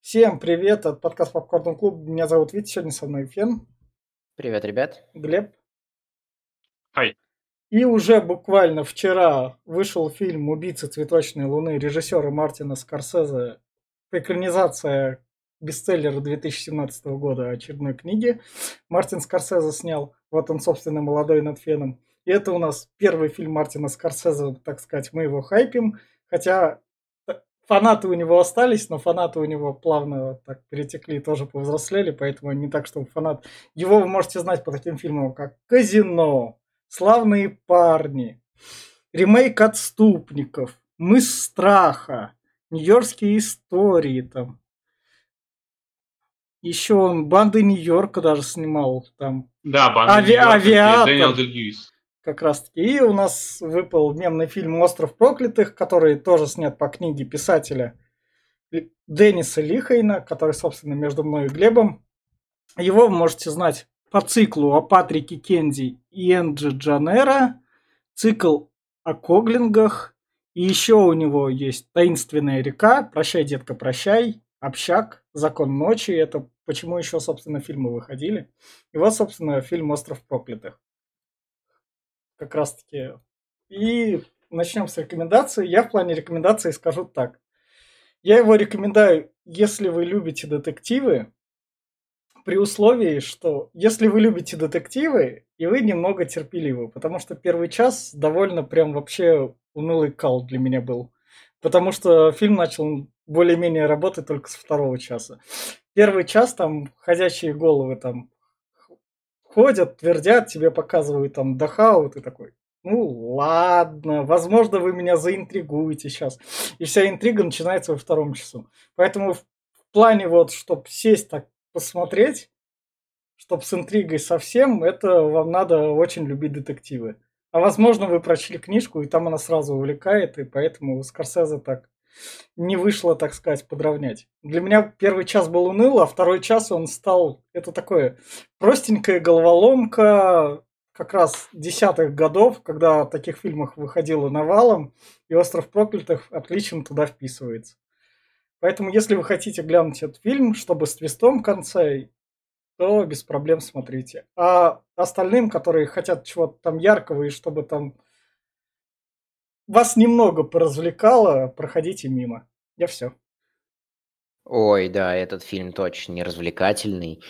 Всем привет, это подкаст Попкорн Клуб. Меня зовут Витя, сегодня со мной Фен, Привет, ребят. Глеб. Хай. И уже буквально вчера вышел фильм «Убийца цветочной луны» режиссера Мартина Скорсезе. Экранизация бестселлера 2017 года очередной книги. Мартин Скорсезе снял. Вот он, собственно, молодой над Феном. И это у нас первый фильм Мартина Скорсезе, так сказать, мы его хайпим. Хотя фанаты у него остались, но фанаты у него плавно так перетекли, тоже повзрослели, поэтому не так, что фанат. Его вы можете знать по таким фильмам, как «Казино», «Славные парни», ремейк «Отступников», «Мыс страха», «Нью-Йоркские истории» там. Еще он «Банды Нью-Йорка» даже снимал там. Да, «Банда Нью-Йорка», где Авиатор. Дэниел Дэ-Льюис. Как раз таки. И у нас выпал мемный фильм «Остров проклятых», который тоже снят по книге писателя Денниса Лихейна, который, собственно, между мной и Глебом. Его вы можете знать по циклу о Патрике Кенди и Энджи Джанера, цикл о Коглингах, и еще у него есть «Таинственная река», «Прощай, детка, прощай», «Общак», «Закон ночи». Это почему еще, собственно, фильмы выходили. И вот, собственно, фильм «Остров проклятых». Как раз таки. И начнем с рекомендаций. Я в плане рекомендаций скажу так. Я его рекомендую, если вы любите детективы, при условии, что если вы любите детективы, и вы немного терпеливы, потому что первый час довольно прям вообще унылый кал для меня был. Потому что фильм начал более-менее работать только с второго часа. Первый час там ходячие головы там ходят, твердят, тебе показывают там Дахау, ты такой, ну ладно, возможно, вы меня заинтригуете сейчас. И вся интрига начинается во втором часу. Поэтому в плане вот, чтобы сесть так посмотреть, чтобы с интригой совсем, это вам надо очень любить детективы. А возможно, вы прочли книжку, и там она сразу увлекает, и поэтому у Скорсезе так не вышло, так сказать, подровнять. Для меня первый час был уныл, а второй час он стал... Это такое простенькая головоломка как раз десятых годов, когда таких фильмов выходило навалом, и «Остров проклятых» отлично туда вписывается. Поэтому, если вы хотите глянуть этот фильм, чтобы с твистом в конце, то без проблем смотрите. А остальным, которые хотят чего-то там яркого и чтобы там вас немного поразвлекало, проходите мимо. Я все. Ой, да, этот фильм точно не развлекательный.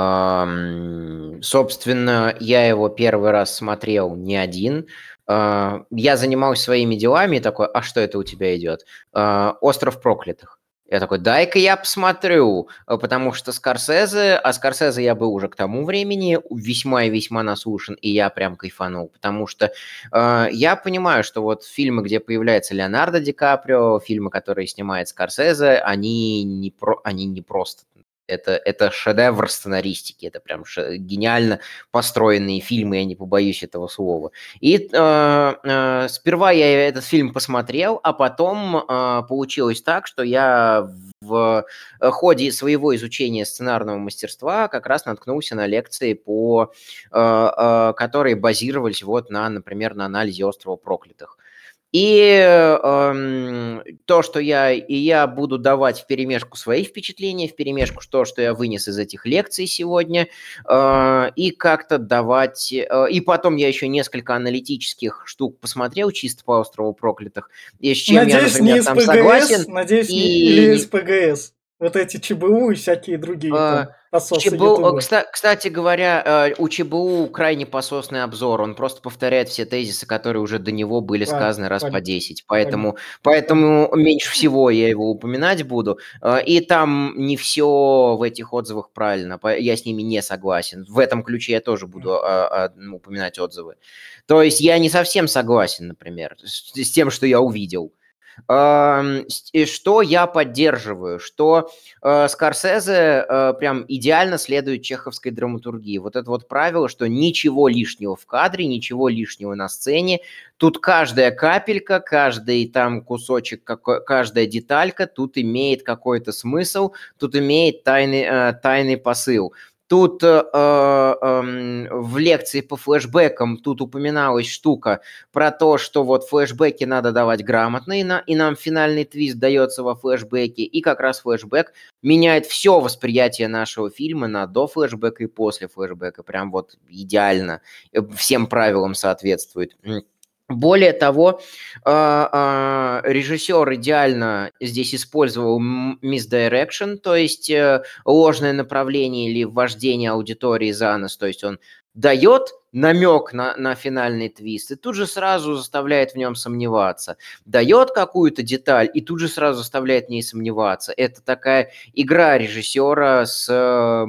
Собственно, я его первый раз смотрел не один. Я занимался своими делами и такой, а что это у тебя идет? «Остров проклятых». Я такой, дай-ка я посмотрю, потому что Скорсезе я был уже к тому времени весьма и весьма наслушан, и я прям кайфанул, потому что я понимаю, что вот фильмы, где появляется Леонардо Ди Каприо, фильмы, которые снимает Скорсезе, они не просто. Это шедевр сценаристики, это прям гениально построенные фильмы, я не побоюсь этого слова. И сперва я этот фильм посмотрел, а потом получилось так, что я в ходе своего изучения сценарного мастерства как раз наткнулся на лекции, которые базировались вот например, на анализе «Острова проклятых». И то, что я буду давать вперемешку свои впечатления, вперемешку то, что я вынес из этих лекций сегодня, и как-то давать... И потом я еще несколько аналитических штук посмотрел чисто по «Острову проклятых», и с чем я, Надеюсь, не например, из там ПГС, согласен, надеюсь, не или из и ПГС. Вот эти ЧБУ и всякие другие там пососы ЧБУ, Ютуба. кстати говоря, у ЧБУ крайне пососный обзор. Он просто повторяет все тезисы, которые уже до него были сказаны раз по 10. Поэтому меньше всего я его упоминать буду. И там не все в этих отзывах правильно. Я с ними не согласен. В этом ключе я тоже буду упоминать отзывы. То есть я не совсем согласен, например, с тем, что я увидел. Что я поддерживаю, что Скорсезе прям идеально следует чеховской драматургии. Вот это вот правило, что ничего лишнего в кадре, ничего лишнего на сцене. Тут каждая капелька, каждый там кусочек, каждая деталька тут имеет какой-то смысл, тут имеет тайный посыл. Тут в лекции по флешбекам тут упоминалась штука про то, что вот флешбеки надо давать грамотно, и нам финальный твист дается во флешбеке, и как раз флешбек меняет все восприятие нашего фильма на до флешбека и после флешбека. Прям вот идеально. Всем правилам соответствует. Более того, режиссер идеально здесь использовал misdirection, то есть ложное направление или ввождение аудитории за нос. То есть он дает намек на финальный твист и тут же сразу заставляет в нем сомневаться. Дает какую-то деталь и тут же сразу заставляет в ней сомневаться. Это такая игра режиссера с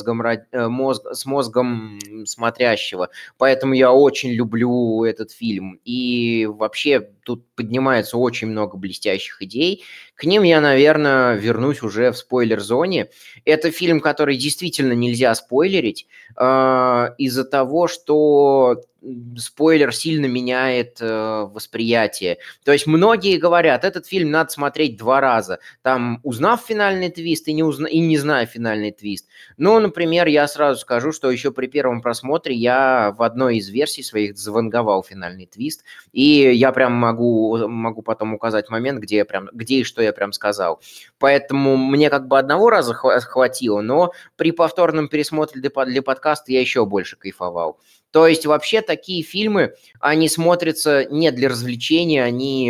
мозгом смотрящего. Поэтому я очень люблю этот фильм. И вообще тут поднимается очень много блестящих идей. К ним я, наверное, вернусь уже в спойлер-зоне. Это фильм, который действительно нельзя спойлерить из-за того, что спойлер сильно меняет восприятие. То есть многие говорят, этот фильм надо смотреть 2 раза. Там, узнав финальный твист и не зная финальный твист. Ну, например, я сразу скажу, что еще при первом просмотре я в одной из версий своих заванговал финальный твист, и я прям могу потом указать момент, где и что я прям сказал. Поэтому мне как бы одного раза хватило, но при повторном пересмотре для подкаста я еще больше кайфовал. То есть вообще такие фильмы, они смотрятся не для развлечения,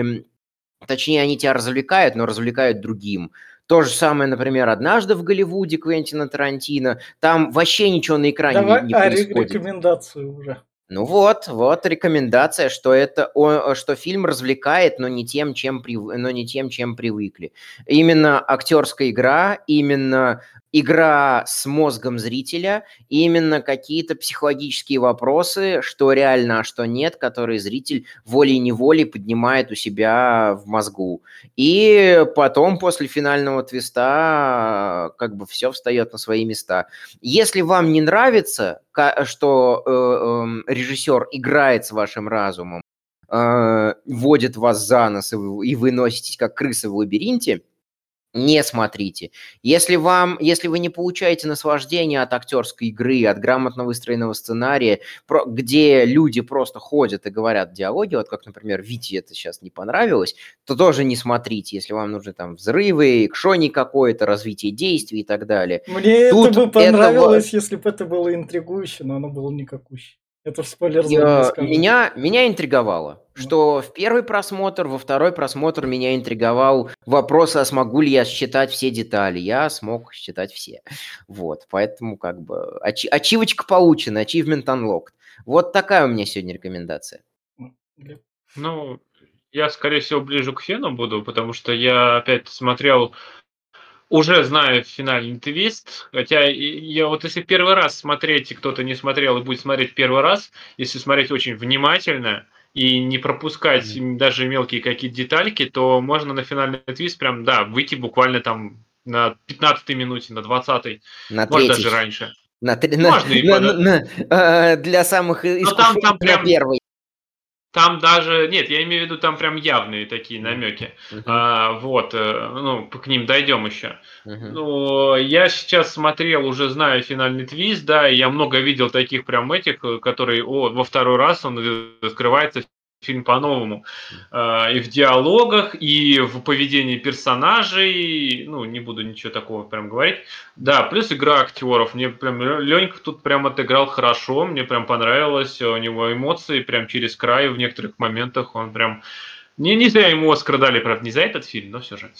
точнее, они тебя развлекают, но развлекают другим. То же самое, например, «Однажды в Голливуде» Квентина Тарантино. Там вообще ничего на экране Давай не происходит. рекомендацию уже. Ну вот рекомендация, что фильм развлекает, но не тем, чем привыкли. Именно актерская игра, именно игра с мозгом зрителя, именно какие-то психологические вопросы, что реально, а что нет, которые зритель волей-неволей поднимает у себя в мозгу. И потом, после финального твиста, как бы все встает на свои места. Если вам не нравится, что режиссер играет с вашим разумом, вводит вас за нос, и вы носитесь как крысы в лабиринте, не смотрите. Если вы не получаете наслаждение от актерской игры, от грамотно выстроенного сценария, где люди просто ходят и говорят диалоги, вот как, например, Вите это сейчас не понравилось, то тоже не смотрите, если вам нужны там взрывы, экшони какое-то, развитие действий и так далее. Мне Тут это бы этого- понравилось, если бы это было интригующе, но оно было никакуще. Это в спойлер-зоне не скажу. Меня интриговало, что в первый просмотр, во второй просмотр меня интриговал вопрос, а смогу ли я считать все детали. Я смог считать все. Вот, поэтому как бы ачивочка получена, achievement unlocked. Вот такая у меня сегодня рекомендация. Ну, я, скорее всего, ближе к Фену буду, потому что я опять смотрел, уже знаю финальный твист, хотя я вот если первый раз смотреть, и кто-то не смотрел и будет смотреть первый раз, если смотреть очень внимательно и не пропускать даже мелкие какие-то детальки, то можно на финальный твист прям, да, выйти буквально там на 15-й минуте, на 20-й, На может третий. даже раньше. Можно для самых искушенных там на прям первый. Там даже, нет, я имею в виду, там прям явные такие намеки. К ним дойдем еще. Но я сейчас смотрел, уже знаю финальный твист, да, и я много видел таких прям этих, которые во второй раз он открывается фильм по-новому. И в диалогах, и в поведении персонажей, ну, не буду ничего такого прям говорить. Да, плюс игра актеров. Мне прям Ленька тут прям отыграл хорошо, мне прям понравилось, у него эмоции прям через край в некоторых моментах, он прям... Не зря ему Оскар дали, правда, не за этот фильм, но все же.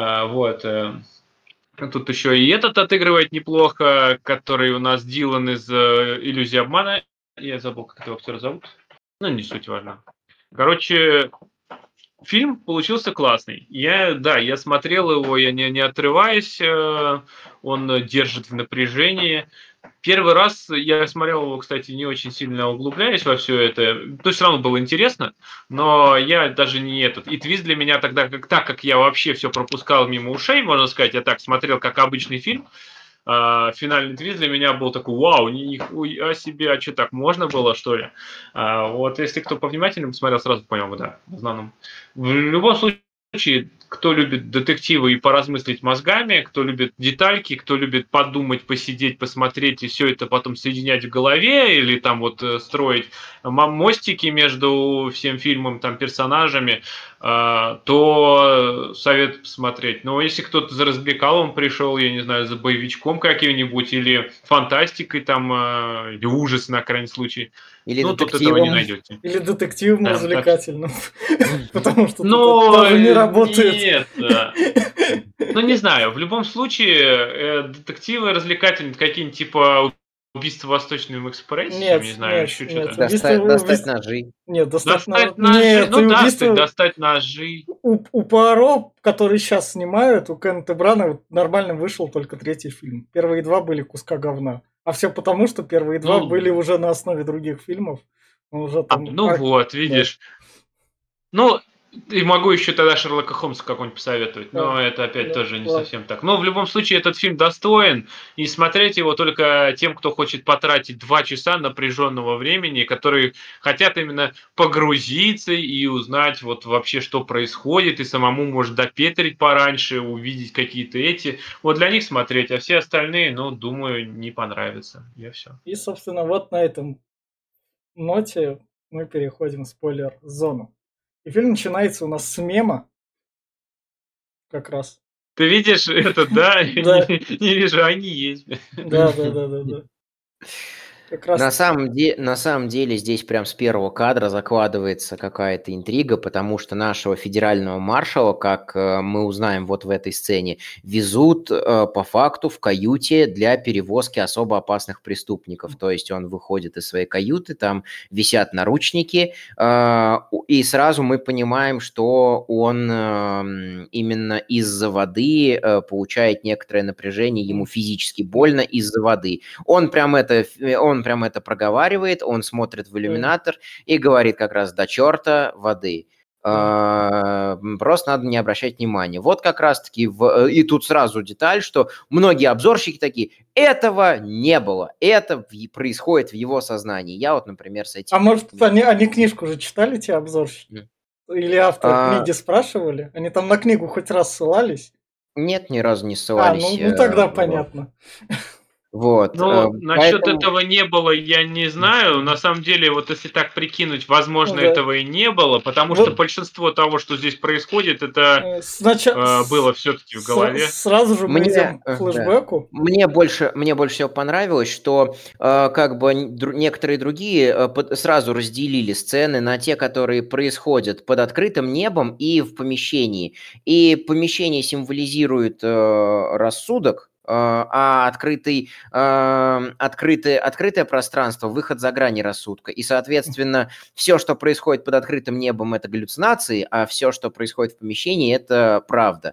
Тут еще и этот отыгрывает неплохо, который у нас Дилан из «Иллюзии обмана». Я забыл, как этого актера зовут. Ну, не суть важно. Короче, фильм получился классный. Я смотрел его, я не отрываясь, он держит в напряжении. Первый раз я смотрел его, кстати, не очень сильно углубляясь во все это. То есть все равно было интересно, но я даже не этот. И твист для меня тогда, так как я вообще все пропускал мимо ушей, можно сказать, я так смотрел, как обычный фильм. Финальный твист для меня был такой: вау, нихуя себе, а что, так можно было, что ли? Вот если кто повнимательнее посмотрел, сразу понял бы, да, в основном. В любом случае, кто любит детективы и поразмыслить мозгами, кто любит детальки, кто любит подумать, посидеть, посмотреть и все это потом соединять в голове или там вот строить мостики между всем фильмом, там персонажами, то совет посмотреть. Но если кто-то за развлекалом пришел, я не знаю, за боевичком каким-нибудь или фантастикой там, или ужас на крайний случай, Или ну, тут этого не детективом. найдете. Или детективом Да, так что- развлекательным. Потому что тут Но тоже не работает. нет, ну не знаю, в любом случае детективы развлекательные, какие-нибудь типа убийство в Восточном экспрессе, Нет, не знаю, нет, еще нет. что-то. Достать ножи. Нет, Достать ножи, Нет, и ну да, кстати, убийство достать ножи. у Пуаро, который сейчас снимают, у Кеннета Брана вот нормально вышел только 3-й фильм. Первые 2 были куска говна. А все потому, что первые 2 Ну, были уже на основе других фильмов. Уже там... ну вот, да, видишь. Ну, и могу еще тогда Шерлока Холмса какой-нибудь посоветовать, да, но это опять да, тоже не ладно. совсем так. Но в любом случае этот фильм достоин, и смотреть его только тем, кто хочет потратить 2 часа напряженного времени, которые хотят именно погрузиться и узнать вот вообще, что происходит, и самому, может, допетрить пораньше, увидеть какие-то эти. Вот для них смотреть, а все остальные, ну, думаю, не понравится. Я все. И, собственно, вот на этом ноте мы переходим в спойлер-зону. И фильм начинается у нас с мема, как раз. Ты видишь это, да? Да, Не вижу, они есть. да. Как раз На самом деле здесь прям с первого кадра закладывается какая-то интрига, потому что нашего федерального маршала, как мы узнаем вот в этой сцене, везут по факту в каюте для перевозки особо опасных преступников. То есть он выходит из своей каюты, там висят наручники, и сразу мы понимаем, что он именно из-за воды получает некоторое напряжение, ему физически больно из-за воды. Он прям это проговаривает, он смотрит в иллюминатор и говорит как раз: до черта воды. Просто надо не обращать внимания. Вот как раз-таки и тут сразу деталь, что многие обзорщики такие: этого не было, это происходит в его сознании. Я вот, например, с этим... А может, они книжку уже читали, те обзорщики? Или автор книги спрашивали? Они там на книгу хоть раз ссылались? Нет, ни разу не ссылались. Ну тогда понятно. Вот, Ну, насчет поэтому... этого не было, я не знаю. На самом деле, вот если так прикинуть, возможно, Ну да. этого и не было, потому Вот. что большинство того, что здесь происходит, это было все-таки в голове. Сразу же мы идем к да. флешбеку. Мне больше всего понравилось, что как бы некоторые другие сразу разделили сцены на те, которые происходят под открытым небом и в помещении. И помещение символизирует рассудок, а открытое пространство — выход за грани рассудка. И, соответственно, все, что происходит под открытым небом, это галлюцинации, а все, что происходит в помещении, это правда.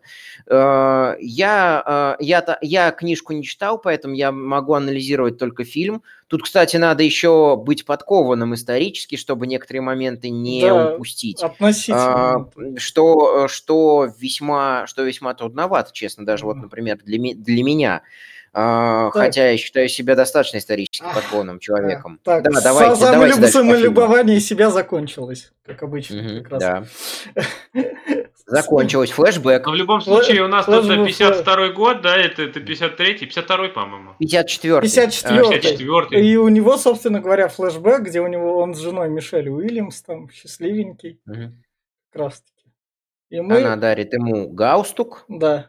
Я книжку не читал, поэтому я могу анализировать только фильм. Тут, кстати, надо еще быть подкованным исторически, чтобы некоторые моменты не упустить. Относительно. Что весьма трудновато, честно, даже вот, например, для меня. Хотя я считаю себя достаточно исторически подкованным человеком. Так, Да, давайте дальше по фильму. самолюбование себя закончилось, как обычно. Как раз. Да. Закончилось. Флэшбэк. Но в любом случае у нас тут 52-й год, да, это 53-й, 52-й, по-моему. 54-й. 54-й. И у него, собственно говоря, флешбэк, где он с женой Мишель Уильямс, там, счастливенький. Как раз таки. Она дарит ему галстук. Да.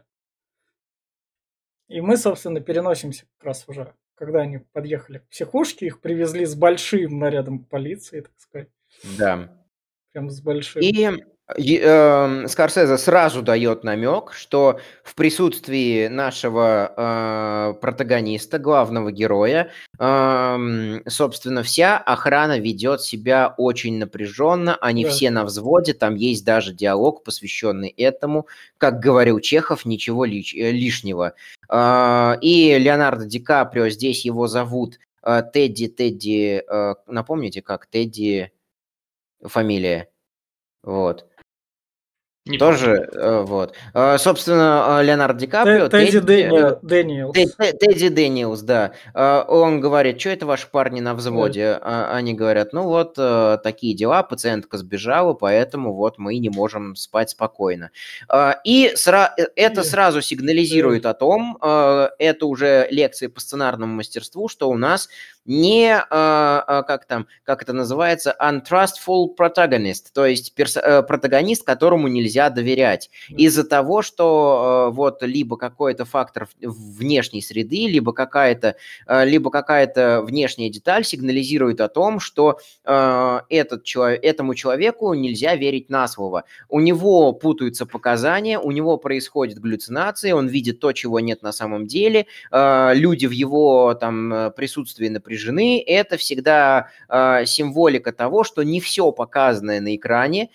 И мы, собственно, переносимся как раз уже, когда они подъехали к психушке, их привезли с большим нарядом полиции, так сказать. Да. Прям с большим. И Скорсезе сразу дает намек, что в присутствии нашего протагониста, главного героя, собственно, вся охрана ведет себя очень напряженно, они все на взводе, там есть даже диалог, посвященный этому, как говорил Чехов, ничего лишнего. И Леонардо Ди Каприо, здесь его зовут Тедди, напомните, как Тедди фамилия? Вот. Не помню. Тоже, вот. Собственно, Леонардо Ди Каприо, Тедди Тедди, Дэниелс. Тедди Дэниелс, да. Он говорит, что это ваши парни на взводе? Они говорят, ну вот такие дела, пациентка сбежала, поэтому вот мы не можем спать спокойно. Это сразу сигнализирует о том, это уже лекции по сценарному мастерству, что у нас не, как это называется, untrustful protagonist, то есть протагонист, которому нельзя доверять. Из-за того, что вот либо какой-то фактор внешней среды, либо какая-то внешняя деталь сигнализирует о том, что этому человеку нельзя верить на слово. У него путаются показания, у него происходят галлюцинации, он видит то, чего нет на самом деле, люди в его там присутствии напряжены. Это всегда символика того, что не все показанное на экране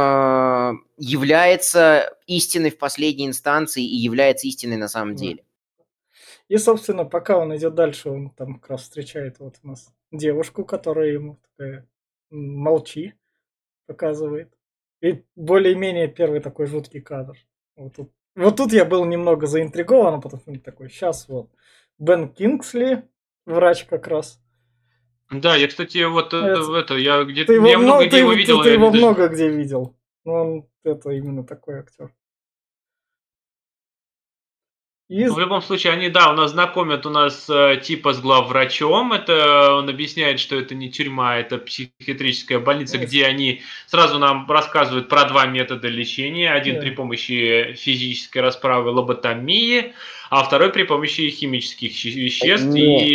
является истиной в последней инстанции и является истиной на самом деле. И, собственно, пока он идет дальше, он там как раз встречает вот у нас девушку, которая ему такая молчи показывает. И более-менее первый такой жуткий кадр. Вот тут я был немного заинтригован, а потом такой, сейчас вот Бен Кингсли, врач как раз. Да, я, кстати, вот я где-то, Ты его, я много ты, где его видел. ты его много где видел. Ну, он это именно такой актер. В любом случае, они, да, у нас знакомят типа с главврачом. Это он объясняет, что это не тюрьма, это психиатрическая больница, где они сразу нам рассказывают про два метода лечения. Один при помощи физической расправы, лоботомии, а второй при помощи химических веществ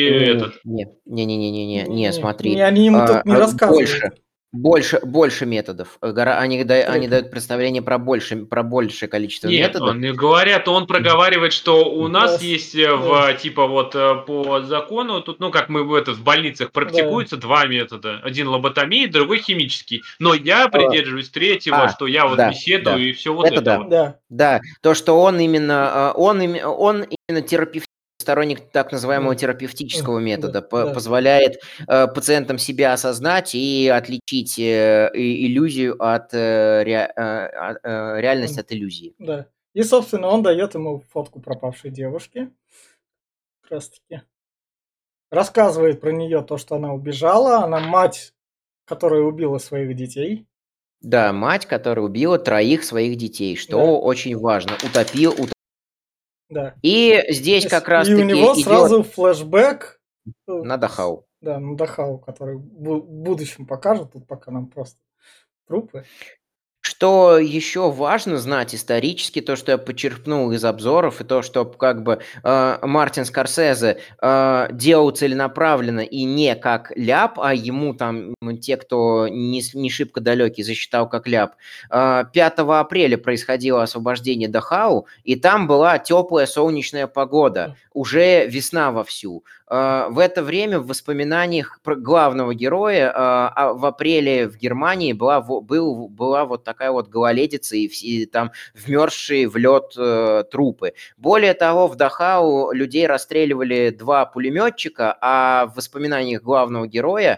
Не, смотри. Они ему тут не рассказывают. Больше методов. Они дают представление про большее количество методов. Нет, он проговаривает, что у нас есть по закону, тут, как мы в больницах практикуется два метода. Один лоботомия, другой химический. Но я придерживаюсь третьего, что я беседую и все вот это. Да, то, что он именно сторонник так называемого терапевтического метода, позволяет пациентам себя осознать и отличить иллюзию от реальности от иллюзии. Да. И, собственно, он дает ему фотку пропавшей девушки. Как раз таки. Рассказывает про нее то, что она убежала. Она мать, которая убила своих детей. Да, мать, которая убила 3 своих детей, что очень важно. Утопил. Да. И здесь как раз таки у него сразу флешбэк на Дахау. Да, на Дахау, который в будущем покажет, тут пока нам просто трупы. Что еще важно знать исторически, то, что я почерпнул из обзоров, и то, что Мартин Скорсезе делал целенаправленно и не как ляп, а ему там те, кто не шибко далекий, засчитал как ляп. 5 апреля происходило освобождение Дахау, и там была теплая солнечная погода, уже весна вовсю. В это время в воспоминаниях главного героя в апреле в Германии была вот такая вот гололедица и там вмерзшие в лед трупы. Более того, в Дахау людей расстреливали 2 пулеметчика, а в воспоминаниях главного героя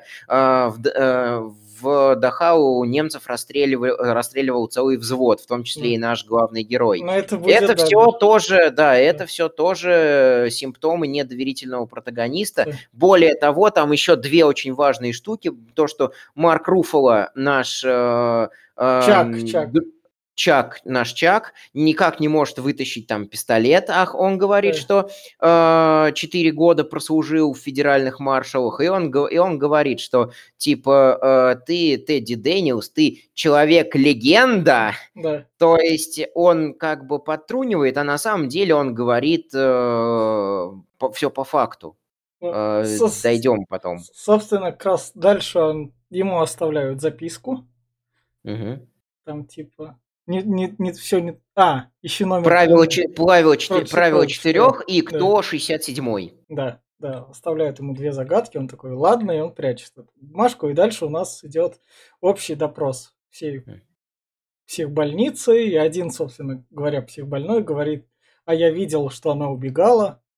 в Дахау немцев расстреливал целый взвод, в том числе и наш главный герой. Это все тоже симптомы недоверительного протагониста. Более того, там еще 2 очень важные штуки. То, что Марк Руффало, наш Чак никак не может вытащить там пистолет. Он говорит, что 4 года прослужил в федеральных маршалах, и он говорит, что типа ты, Тедди Дэниелс, ты человек-легенда. Да. То есть он как бы подтрунивает, а на самом деле он говорит все по факту. Дойдем потом. Собственно, как раз дальше ему оставляют записку. Угу. Там типа не все не. Еще номер. Правило 4 и кто 67-й. Да, оставляют ему 2 загадки, он такой, ладно, и он прячет эту бумажку, и дальше у нас идет общий допрос всех больницы, и один, собственно говоря, психбольной говорит, а я видел, что она убегала,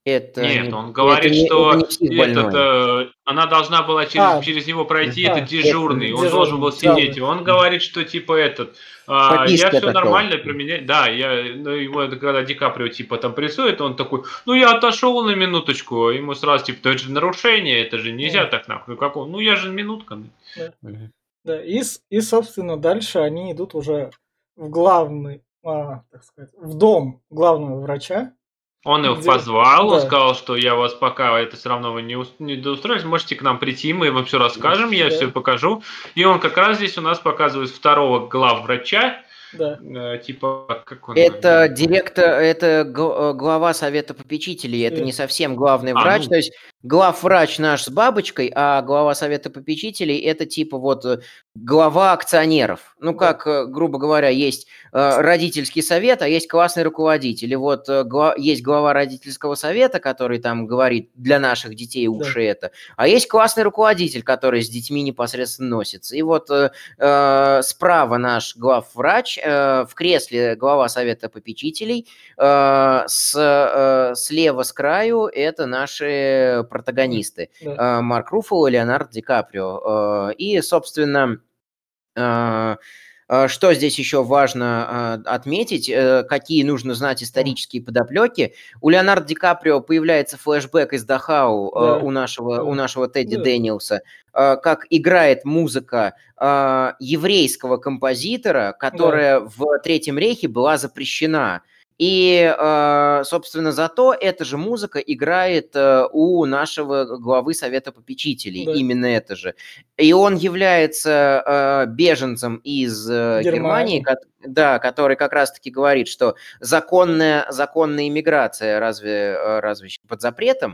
Нет, он говорит, это не что психбольной. она должна была А, через него пройти, это а, дежурный, он должен был дежурный, да, сидеть. да. И он говорит, что типа я Пописки все отошел. нормально, про меня, да, ну, его когда Ди Каприо типа там прессует, он такой, ну я отошел на минуточку, а ему сразу типа, это же нарушение, это же нельзя так нахуй, как он, ну я же минутка. Да. Мгм. Да, и, собственно, дальше они идут уже в главный, так сказать, в дом главного врача, Он их где, позвал, он да, сказал, что я вас пока это все равно вы не доустроились, можете к нам прийти, мы вам все расскажем, я да, все покажу. И он как раз здесь у нас показывает второго главврача, да, типа, как он, я Это не помню. директор, это глава совета попечителей, это не совсем главный врач. То Ну, есть главврач наш с бабочкой, а глава совета попечителей это типа вот глава акционеров. Ну, да, как, грубо говоря, есть родительский совет, а есть классный руководитель. И вот есть глава родительского совета, который там говорит для наших детей да, лучше это, а есть классный руководитель, который с детьми непосредственно носится. И вот справа наш главврач, в кресле глава совета попечителей, слева с краю это наши протагонисты. да, Марк Руффало и Леонардо Ди Каприо. И, собственно, что здесь еще важно отметить, какие нужно знать исторические подоплеки. У Леонардо Ди Каприо появляется флешбэк из Дахау да, у да, нашего Тедди да, Дэниелса, как играет музыка еврейского композитора, да, которая в Третьем рейхе была запрещена. И, собственно, зато эта же музыка играет у нашего главы Совета попечителей. да, Именно это же. И он является беженцем из Германии, Германия, да, который как раз-таки говорит, что законная иммиграция разве еще под запретом.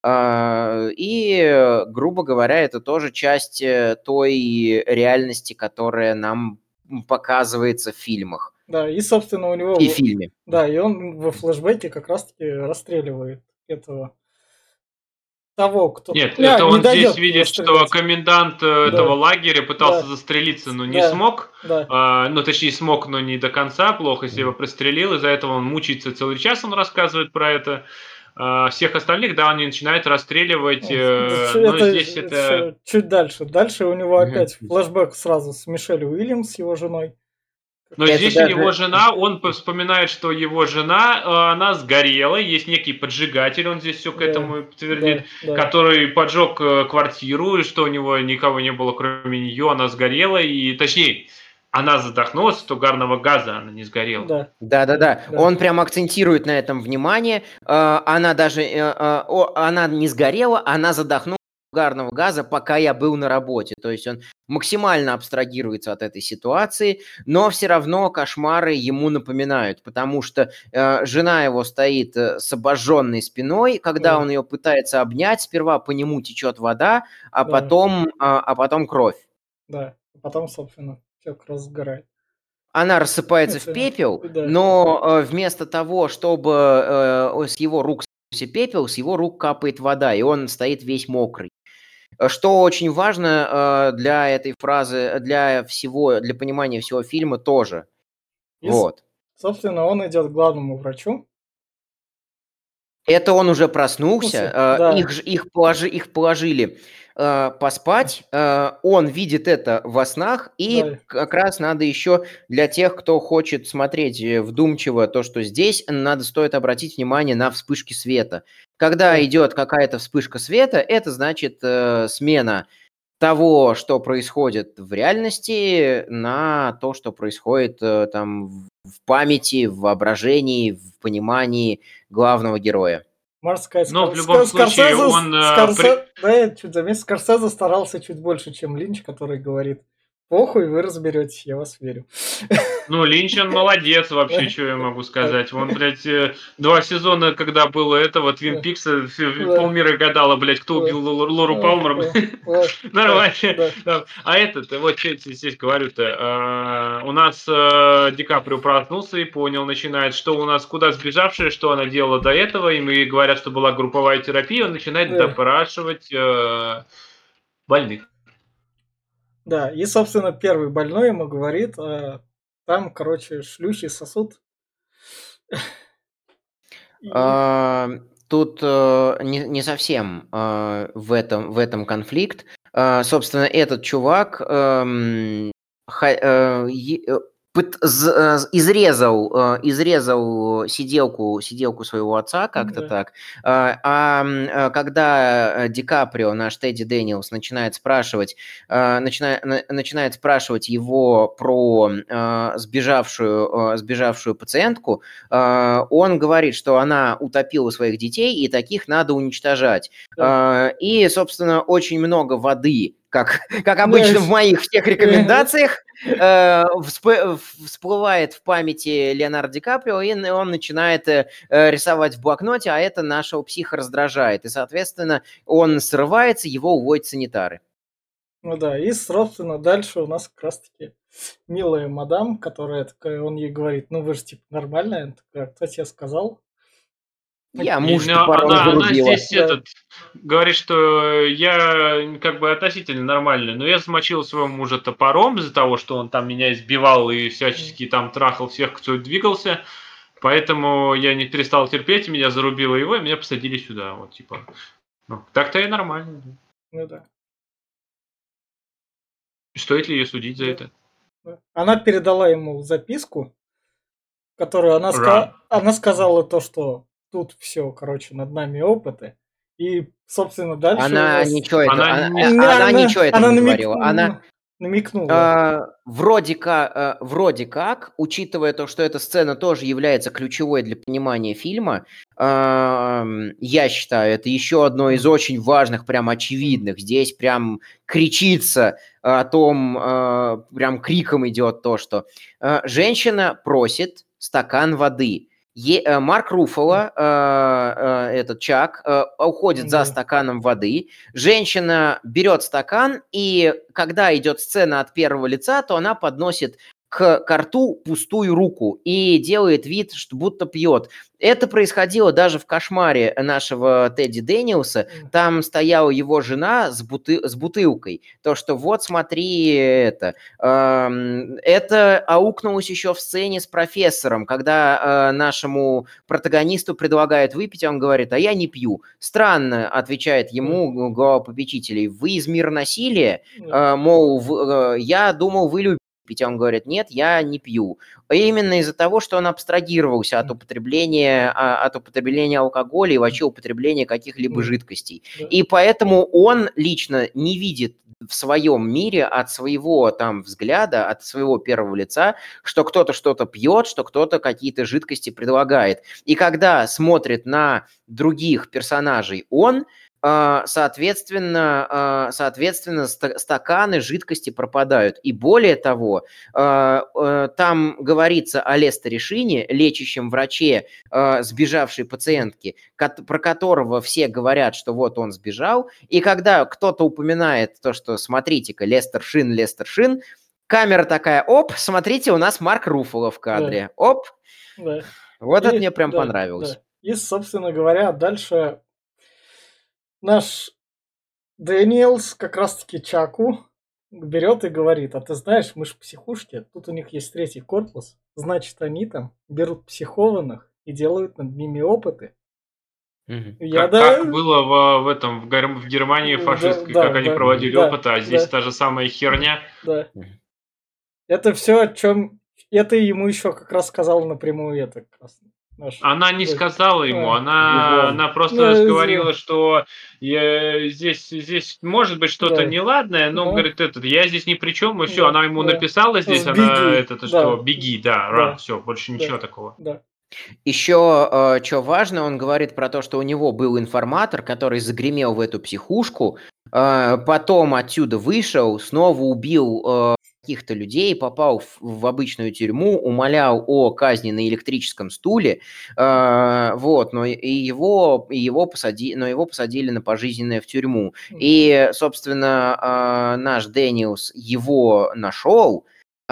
И, грубо говоря, это тоже часть той реальности, которая нам показывается в фильмах да, и, собственно, у него, и фильме. да, и он во флешбеке как раз-таки расстреливает этого, того, кто, нет, это не он здесь дойдет видит, что расстрелять, комендант этого да, лагеря пытался да, застрелиться, но не да, смог. да, Ну, точнее, смог, но не до конца, плохо себя пристрелил, из-за этого он мучается целый час, он рассказывает про это. Всех остальных, да, они начинают расстреливать, но здесь это... чуть дальше. Дальше у него опять флешбэк сразу с Мишель Уильямс, его женой. Но Это здесь у него даже... жена, он вспоминает, что его жена, она сгорела, есть некий поджигатель, он здесь все к Да, этому твердит, да, да, который поджег квартиру, и что у него никого не было, кроме нее, она сгорела, и точнее, она задохнулась от угарного газа, она не сгорела. да, Да-да-да, да, он прям акцентирует на этом внимание. Она даже, она не сгорела, она задохнулась от угарного газа, пока я был на работе. То есть он максимально абстрагируется от этой ситуации, но все равно кошмары ему напоминают, потому что жена его стоит с обожженной спиной, когда да, он ее пытается обнять, сперва по нему течет вода, да, а потом кровь. да. Потом, собственно, все как раз сгорает. Она рассыпается в Это, пепел, да, но вместо того, чтобы с его рук сыпался пепел, с его рук капает вода, и он стоит весь мокрый. Что очень важно для этой фразы, для понимания всего фильма тоже. и, Вот. собственно, он идет к главному врачу. Это он уже проснулся, Да, их положили поспать, он видит это во снах, и да, как раз надо еще для тех, кто хочет смотреть вдумчиво то, что здесь, стоит обратить внимание на вспышки света. Когда да, идет какая-то вспышка света, это значит смена того, что происходит в реальности, на то, что происходит там в памяти, в воображении, в понимании главного героя. можно сказать, Но в любом случае он... Да, я чуть заметил, Скорсезе старался чуть больше, чем Линч, который говорит: похуй, вы разберетесь, я вас верю. Ну, Линч, он молодец вообще, что я могу сказать. Он, блядь, 2 сезона, когда было этого, Твин Да, Пикса, да, полмира гадала, блядь, кто да, убил Лору Палмер. да, Нормально. да. Да. А этот, вот что я здесь говорю-то. У нас Ди Каприо проснулся и понял, начинает, что у нас куда сбежавшая, что она делала до этого, и мы говорят, что была групповая терапия, он начинает Да, допрашивать больных. да, и, собственно, первый больной ему говорит, там, короче, шлюхи сосут. И, А, тут не совсем в этом конфликт. Собственно, этот чувак изрезал сиделку своего отца, как-то Да. так. Когда Ди Каприо, наш Тедди Дэниелс, начинает спрашивать его про сбежавшую пациентку, он говорит, что она утопила своих детей, и таких надо уничтожать. И, собственно, очень много воды, как обычно в моих всех рекомендациях, всплывает в памяти Леонардо Ди Каприо, и он начинает рисовать в блокноте, а это нашего психа раздражает. И, соответственно, он срывается, его уводят санитары. Ну да, и, собственно, дальше у нас как раз-таки милая мадам, которая такая, он ей говорит, ну вы же типа нормальная, она такая, кто тебе сказал? Я И, муж ну, топором она зарубила. здесь говорит, что я как бы относительно нормальный, но я замочил своего мужа топором из-за того, что он там меня избивал и всячески там трахал всех, кто двигался, поэтому я не перестал терпеть, меня зарубило его, и меня посадили сюда, вот типа. Ну, так-то и нормально. Ну да. Стоит ли ее судить за это? Она передала ему записку, которую она сказала то, что тут все, короче, над нами опыты. И, собственно, дальше Она ничего этого Она не- не говорила. Она намекнула. вроде как, учитывая то, что эта сцена тоже является ключевой для понимания фильма, я считаю, это еще одно из очень важных, прям очевидных. Здесь прям кричится о том, прям криком идет то, что женщина просит стакан воды. Марк Руффало, этот Чак, уходит за стаканом воды. Женщина берет стакан, и когда идет сцена от первого лица, то она подносит к рту пустую руку и делает вид, что будто пьет. Это происходило даже в «Кошмаре» нашего Тедди Дэниелса. Там стояла его жена с бутылкой. То, что вот смотри это. Это аукнулось еще в сцене с профессором, когда нашему протагонисту предлагают выпить, он говорит, а я не пью. Странно, отвечает ему глава попечителей, вы из мира насилия? Мол, я думал, вы любите пить, а он говорит, нет, я не пью. Именно из-за того, что он абстрагировался от употребления алкоголя и вообще употребления каких-либо жидкостей. И поэтому он лично не видит в своем мире от своего там взгляда, от своего первого лица, что кто-то что-то пьет, что кто-то какие-то жидкости предлагает. И когда смотрит на других персонажей он, соответственно, стаканы жидкости пропадают. И более того, там говорится о Лестере Шине, лечащем враче сбежавшей пациентки, про которого все говорят, что вот он сбежал. И когда кто-то упоминает то, что смотрите-ка, Лестер Шин, камера такая, оп, смотрите, у нас Марк Руффало в кадре. Да. Оп. Да. Вот это мне прям понравилось. Да. И, собственно говоря, дальше наш Дэниелс как раз-таки Чаку берет и говорит, а ты знаешь, мы же в психушке, тут у них есть 3-й корпус, значит, они там берут психованных и делают над ними опыты. Как было в Германии фашистской, как они проводили опыты, а здесь та же самая херня. Да. Это все, о чем... Это ему еще как раз сказал напрямую это как раз. Она не сказала ему, она просто говорила, что здесь может быть что-то неладное, но говорит, я здесь ни при чем, и все, она ему написала здесь, что беги, все, больше ничего такого. Да. Еще, что важно, он говорит про то, что у него был информатор, который загремел в эту психушку, потом отсюда вышел, снова убил каких-то людей, попал в обычную тюрьму, умолял о казни на электрическом стуле, вот, но его посадили на пожизненное в тюрьму. И, собственно, наш Дэниелс его нашел,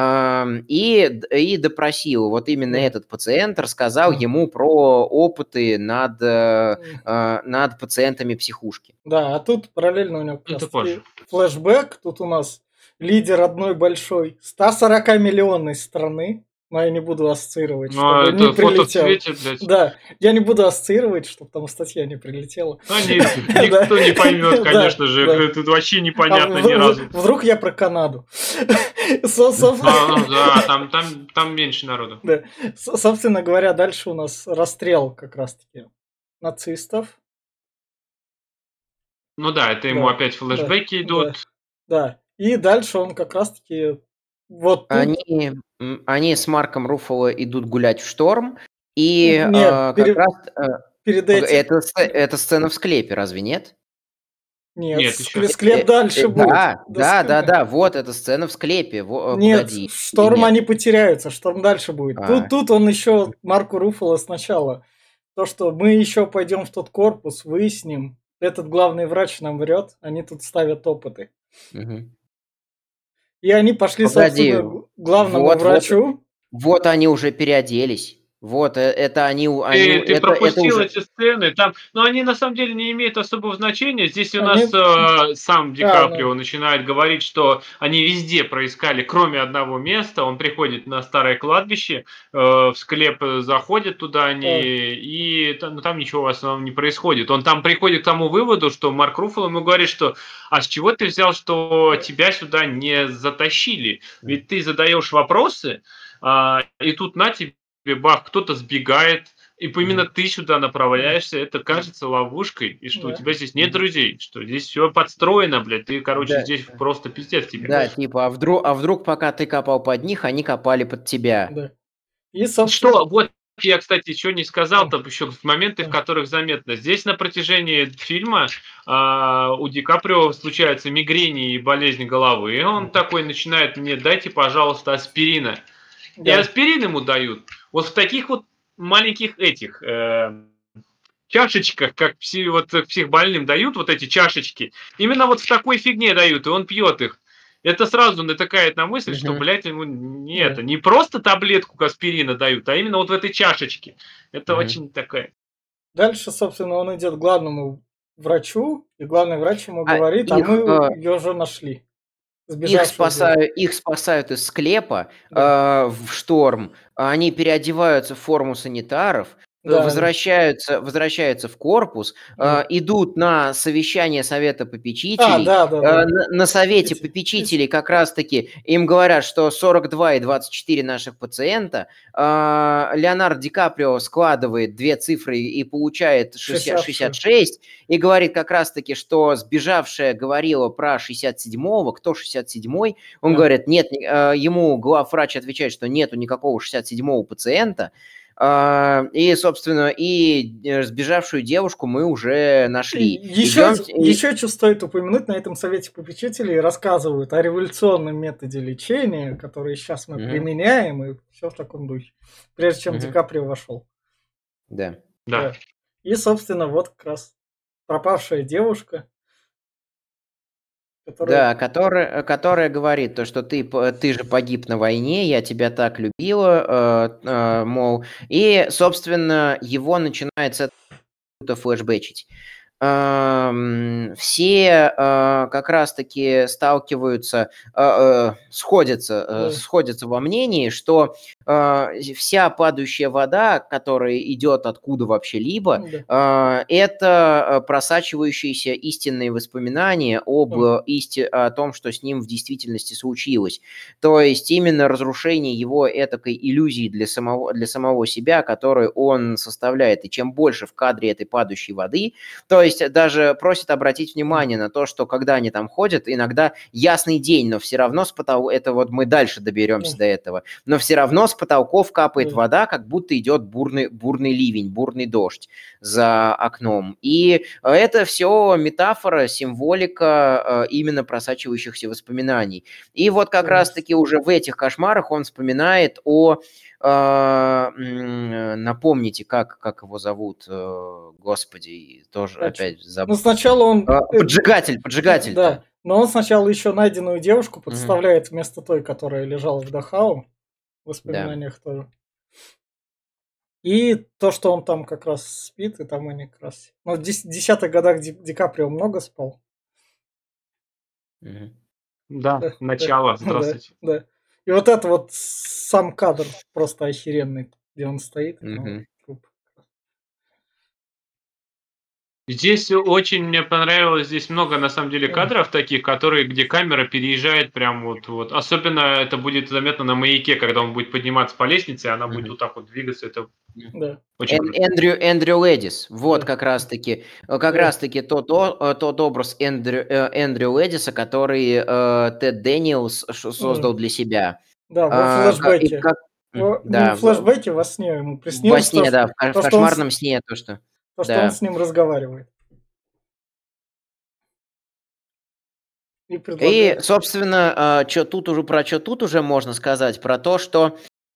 и допросил. Вот именно этот пациент рассказал ему про опыты над пациентами психушки. Да, а тут параллельно у него флешбэк. Тут у нас лидер одной большой 140-миллионной страны, но я не буду ассоциировать, Ну, чтобы не это фото в прилетел. цвете, блядь. Да, я не буду ассоциировать, чтобы там статья не прилетела. Никто не поймет, Да, конечно же. да. Тут вообще А непонятно ни разу. вдруг я про Канаду. Да, там меньше народу. Да. Собственно говоря, дальше у нас расстрел как раз-таки нацистов. Ну да, это ему Да, опять да, флешбеки да, идут. да. И дальше он как раз-таки вот тут... Они с Марком Руффало идут гулять в шторм, и Нет, как раз перед этим... это сцена в склепе, разве нет? Нет, Нет, еще. склеп дальше будет. Да, вот эта сцена в склепе. Нет, Погоди. шторм Нет. они потеряются, шторм дальше будет. А. Тут он еще Марку Руффало сначала. То, что мы еще пойдем в тот корпус, выясним. Этот главный врач нам врет, они тут ставят опыты. Мгм. И они пошли, Погоди, собственно, к главному вот. врачу. Вот они уже переоделись. Вот, это они, Ты это пропустил уже... эти сцены, но они на самом деле не имеют особого значения. Здесь у Они... нас сам Ди ну, Каприо начинает говорить, что они везде проискали, кроме одного места. Он приходит на старое кладбище, в склеп заходит туда они, и там ничего в основном не происходит. Он там приходит к тому выводу, что Марк Руффало ему говорит, что «А с чего ты взял, что тебя сюда не затащили? Ведь ты задаешь вопросы, и тут на тебе бах, кто-то сбегает, и именно ты сюда направляешься, это кажется ловушкой, и что у тебя здесь нет друзей, что здесь все подстроено, блядь, ты, короче, Да. здесь просто пиздец тебе». Да, типа, а вдруг пока ты копал под них, они копали под тебя. Да. И, собственно... Что, вот я, кстати, еще не сказал, там еще моменты, в которых заметно. Здесь на протяжении фильма у Ди Каприо случаются мигрени и болезнь головы, и он такой начинает мне: «Дайте, пожалуйста, аспирина». И Да. аспирин ему дают вот в таких вот маленьких этих чашечках, как вот психбольным дают вот эти чашечки. Именно вот в такой фигне дают, и он пьет их. Это сразу натыкает на мысль, что, блядь, ему не просто таблетку аспирина дают, а именно вот в этой чашечке. Это очень такая... Дальше, собственно, он идет к главному врачу, и главный врач ему говорит, мы ее уже нашли. Их спасают из склепа в шторм, они переодеваются в форму санитаров, возвращаются в корпус, идут на совещание совета попечителей. На совете попечителей как раз-таки им говорят, что 42 и 24 наших пациента. Леонардо Ди Каприо складывает две цифры и получает 66, и говорит как раз-таки, что сбежавшая говорила про 67-го, кто 67-й. Он говорит, нет, ему главврач отвечает, что нету никакого 67-го пациента. И, собственно, и сбежавшую девушку мы уже нашли. Еще что стоит упомянуть, на этом совете попечителей рассказывают о революционном методе лечения, который сейчас мы применяем, и все в таком духе. Прежде чем Ди Каприо вошел. Да. И, собственно, вот как раз пропавшая девушка. Которая говорит, то, что ты же погиб на войне, я тебя так любила, мол. И, собственно, его начинает с этого флешбэчить. Все как раз-таки сталкиваются, сходятся во мнении, что вся падающая вода, которая идет откуда вообще-либо, это просачивающиеся истинные воспоминания о том, что с ним в действительности случилось. То есть именно разрушение его этакой иллюзии для самого себя, которую он составляет. И чем больше в кадре этой падающей воды, то есть даже просит обратить внимание на то, что когда они там ходят, иногда ясный день, но все равно с потолка, это вот мы дальше доберемся до этого, но все равно с потолков капает вода, как будто идет бурный ливень, бурный дождь за окном. И это все метафора, символика именно просачивающихся воспоминаний. И вот как раз-таки уже в этих кошмарах он вспоминает напомните, как его зовут, господи, тоже опять забыл. Ну, сначала он... Поджигатель. Да, но он сначала еще найденную девушку подставляет вместо той, которая лежала в Дахау. В воспоминаниях тоже. И то, что он там как раз спит, и там они как раз... Ну, в 10-х годах Ди Каприо много спал. Да, начало, здравствуйте. Да. И вот это вот сам кадр просто охеренный, где он стоит. Мгм. Труп. Здесь очень мне понравилось, здесь много на самом деле М. кадров таких, где камера переезжает прям вот. Особенно это будет заметно на маяке, когда он будет подниматься по лестнице, она будет Мгм. вот так вот двигаться. Это Да. очень круто. Эндрю Лэдис. Вот Да. как раз-таки Да. тот образ Эндрю Лэдиса, который Тед Дэниелс создал для себя. Да, во И флешбеке. как... Не Да, в флешбеке, во сне ему во приснилось сне, да, в то, что он, кошмарном сне то, что... что он Да. с ним разговаривает. И И, предлагает. собственно, что тут уже можно сказать про то, что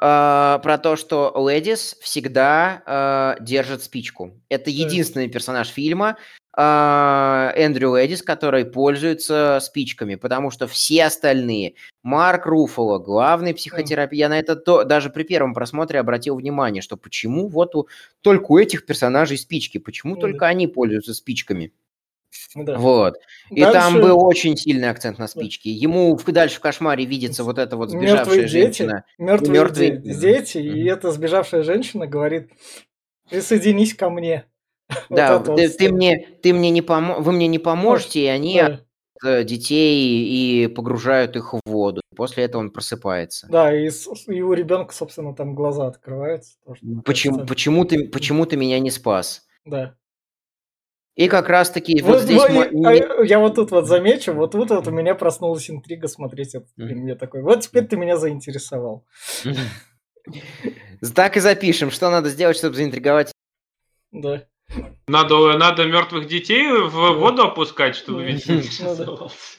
Лэдис всегда держит спичку. Это Да. единственный персонаж фильма Эндрю Лэдис, который пользуется спичками, потому что все остальные, Марк Руффало, главный психотерапевт, я на это даже при первом просмотре обратил внимание, что почему только у этих персонажей спички, почему Да. только они пользуются спичками. Да. Вот. И там Дальше был очень сильный акцент на да, спички. Ему дальше в кошмаре видится вот эта вот мертвые сбежавшая дети, женщина и мертвые... дети, и Мгм. эта сбежавшая женщина говорит: присоединись ко мне. Вот Да, это вот сцена. вы мне не Может, поможете, и они да. детей и погружают их в воду. После этого он просыпается. Да, и у ребенка, собственно, там глаза открываются. Тоже такая сцена. Почему ты меня не спас? Да. И как раз-таки вот Вот, здесь... я вот тут вот замечу, вот тут вот у меня проснулась интрига смотреть этот фильм. Я такой: вот теперь ты меня заинтересовал. Так и запишем, что надо сделать, чтобы заинтриговать. Да. Надо мертвых детей в Да. воду опускать, чтобы Да. Витя Ну да. заинтересовался.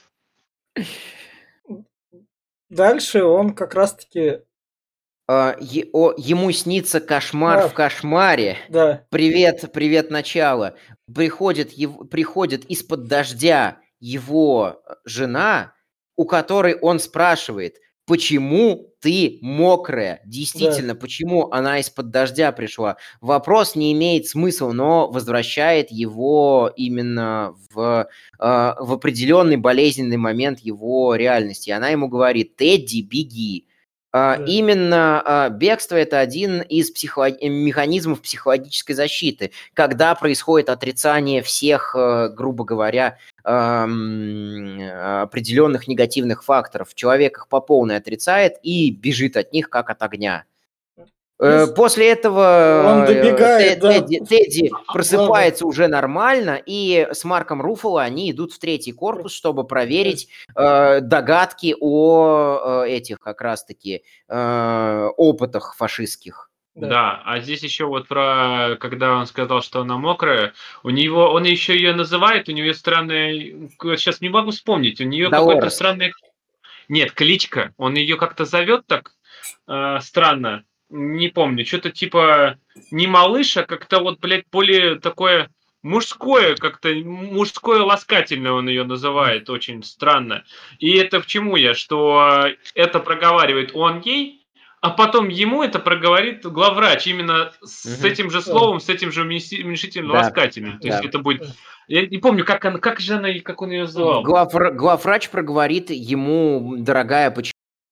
Дальше он как раз-таки... Ему снится кошмар в кошмаре. Да, Привет, начало. Приходит из-под дождя его жена, у которой он спрашивает, почему ты мокрая? да, Действительно, почему она из-под дождя пришла? Вопрос не имеет смысла, но возвращает его именно в определенный болезненный момент его реальности. Она ему говорит: Тедди, беги. да, Именно бегство – это один из механизмов психологической защиты, когда происходит отрицание всех, грубо говоря, определенных негативных факторов. Человек их по полной отрицает и бежит от них, как от огня. И После он этого добегает, да, Тедди главное. просыпается уже нормально, и с Марком Руффало они идут в третий корпус, чтобы проверить догадки о этих как раз-таки опытах фашистских. Да. Да, а здесь еще вот когда он сказал, что она мокрая, он еще ее называет, у нее странная, сейчас не могу вспомнить, у нее какой-то Долорес. странный, нет, кличка, он ее как-то зовет так странно, не помню, что-то типа не малыш, а как-то вот, блядь, более такое мужское, как-то мужское ласкательное он ее называет, очень странно. И это к чему я, что это проговаривает он ей, а потом ему это проговорит главврач именно с Мгм. этим же Да. словом, с этим же уменьшительно Да, ласкательным. То есть да. это будет... Я не помню, как он ее называл. Главврач проговорит ему: дорогая, почему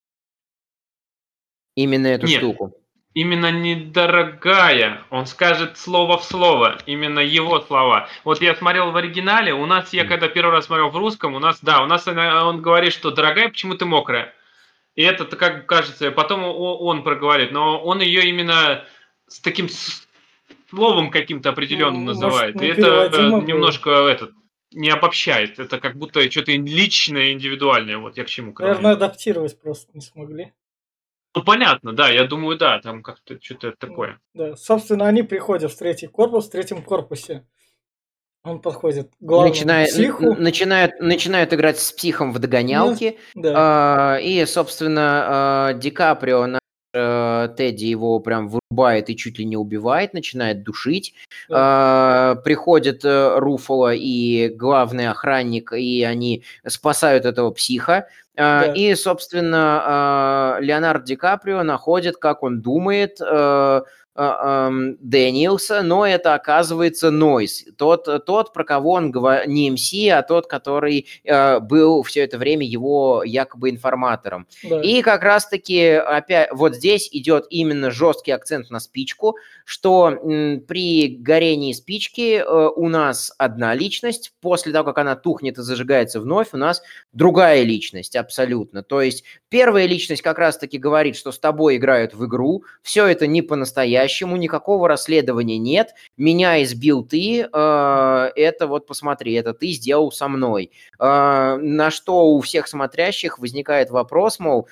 именно эту Нет, штуку. именно недорогая. Он скажет слово в слово. Именно его слова. Вот я смотрел в оригинале. Я когда первый раз смотрел в русском, у нас он говорит, что дорогая, почему ты мокрая? И это как кажется, потом он проговорит, но он ее именно с таким словом каким-то определенным Может, называет. И это непереводимо было. немножко не обобщает. Это как будто что-то личное, индивидуальное. Вот я к чему Наверное, клоню. адаптировать просто не смогли. Ну, понятно, да, я думаю, да, там как-то что-то такое. Да. Собственно, они приходят в третий корпус. В третьем корпусе он подходит к главному Начинает, психу. начинают играть с психом в Ну, догонялки. да. И, собственно, Ди Каприо, Тедди его прям вырубает и чуть ли не убивает, начинает душить. Да. Приходит Руффало и главный охранник, и они спасают этого психа. Да. И, собственно, Леонардо Ди Каприо находит, как он думает, Дэниелса, но это оказывается Нойс. Тот, про кого он говорит, не МС, а тот, который был все это время его якобы информатором. Да. И как раз-таки опять вот здесь идет именно жесткий акцент на спичку, что при горении спички у нас одна личность, после того, как она тухнет и зажигается вновь, у нас другая личность абсолютно. То есть первая личность как раз-таки говорит, что с тобой играют в игру, все это не по-настоящему, никакого расследования нет, меня избил ты, это вот посмотри, это ты сделал со мной. На что у всех смотрящих возникает вопрос, мол,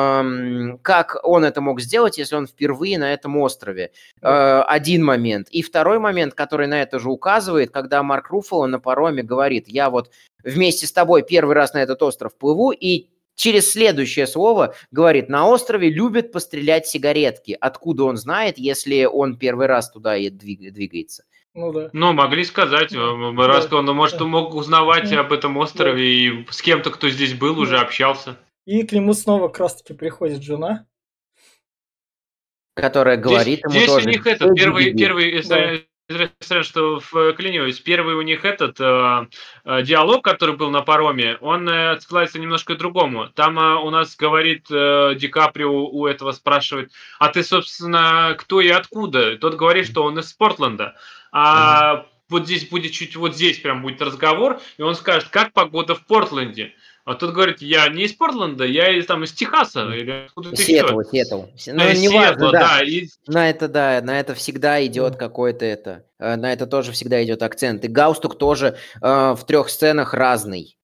как он это мог сделать, если он впервые на этом острове? Один момент. И второй момент, который на это же указывает, когда Марк Руффало на пароме говорит, я вот вместе с тобой первый раз на этот остров плыву, и через следующее слово говорит, на острове любят пострелять сигаретки. Откуда он знает, если он первый раз туда и двигается? Ну да. Ну, могли сказать, раз он, может, мог узнавать об этом острове и с кем-то, кто здесь был, уже общался. И к нему снова как раз-таки приходит жена, которая говорит ему здесь тоже... у них этот первый что вклиниваюсь, первый у них этот диалог, который был на пароме, он отсылается немножко к другому. Там у нас говорит Ди Каприо у этого спрашивает, а ты, собственно, кто и откуда? Тот говорит, что он из Портленда. Вот здесь будет прям будет разговор, и он скажет, как погода в Портленде. А тот говорит, я не из Портленда, я из Техаса или откуда-то еще. Сиэтл. Ну, неважно, да. На это всегда идет какой-то это. На это тоже всегда идет акцент. И галстук тоже в 3 сценах разный.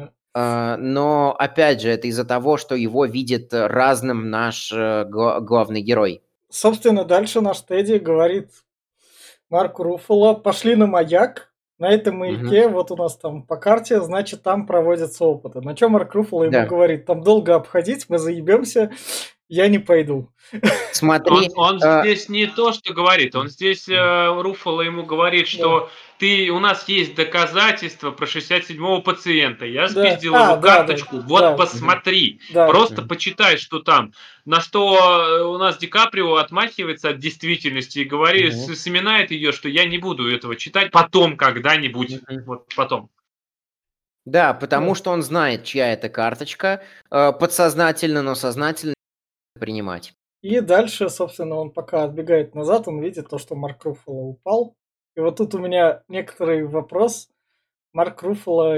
Но, опять же, это из-за того, что его видит разным наш главный герой. Собственно, дальше наш Тедди говорит Марку Руффало, пошли на маяк, на этом маяке, вот у нас там по карте, значит, там проводятся опыты. На чем Марк Руффало ему говорит, там долго обходить, мы заебемся, я не пойду. Смотри. Он здесь не то, что говорит, он здесь Руффало ему говорит, что у нас есть доказательства про 67-го пациента, я спиздил его карточку, посмотри, просто почитай, что там. На что у нас Ди Каприо отмахивается от действительности и говорит, семенает ее, что я не буду этого читать потом, когда-нибудь, вот потом. Да, потому что он знает, чья это карточка, подсознательно, но сознательно принимать. И дальше, собственно, он пока отбегает назад, он видит то, что Марк Руффало упал. И вот тут у меня некоторый вопрос. Марк Руффало,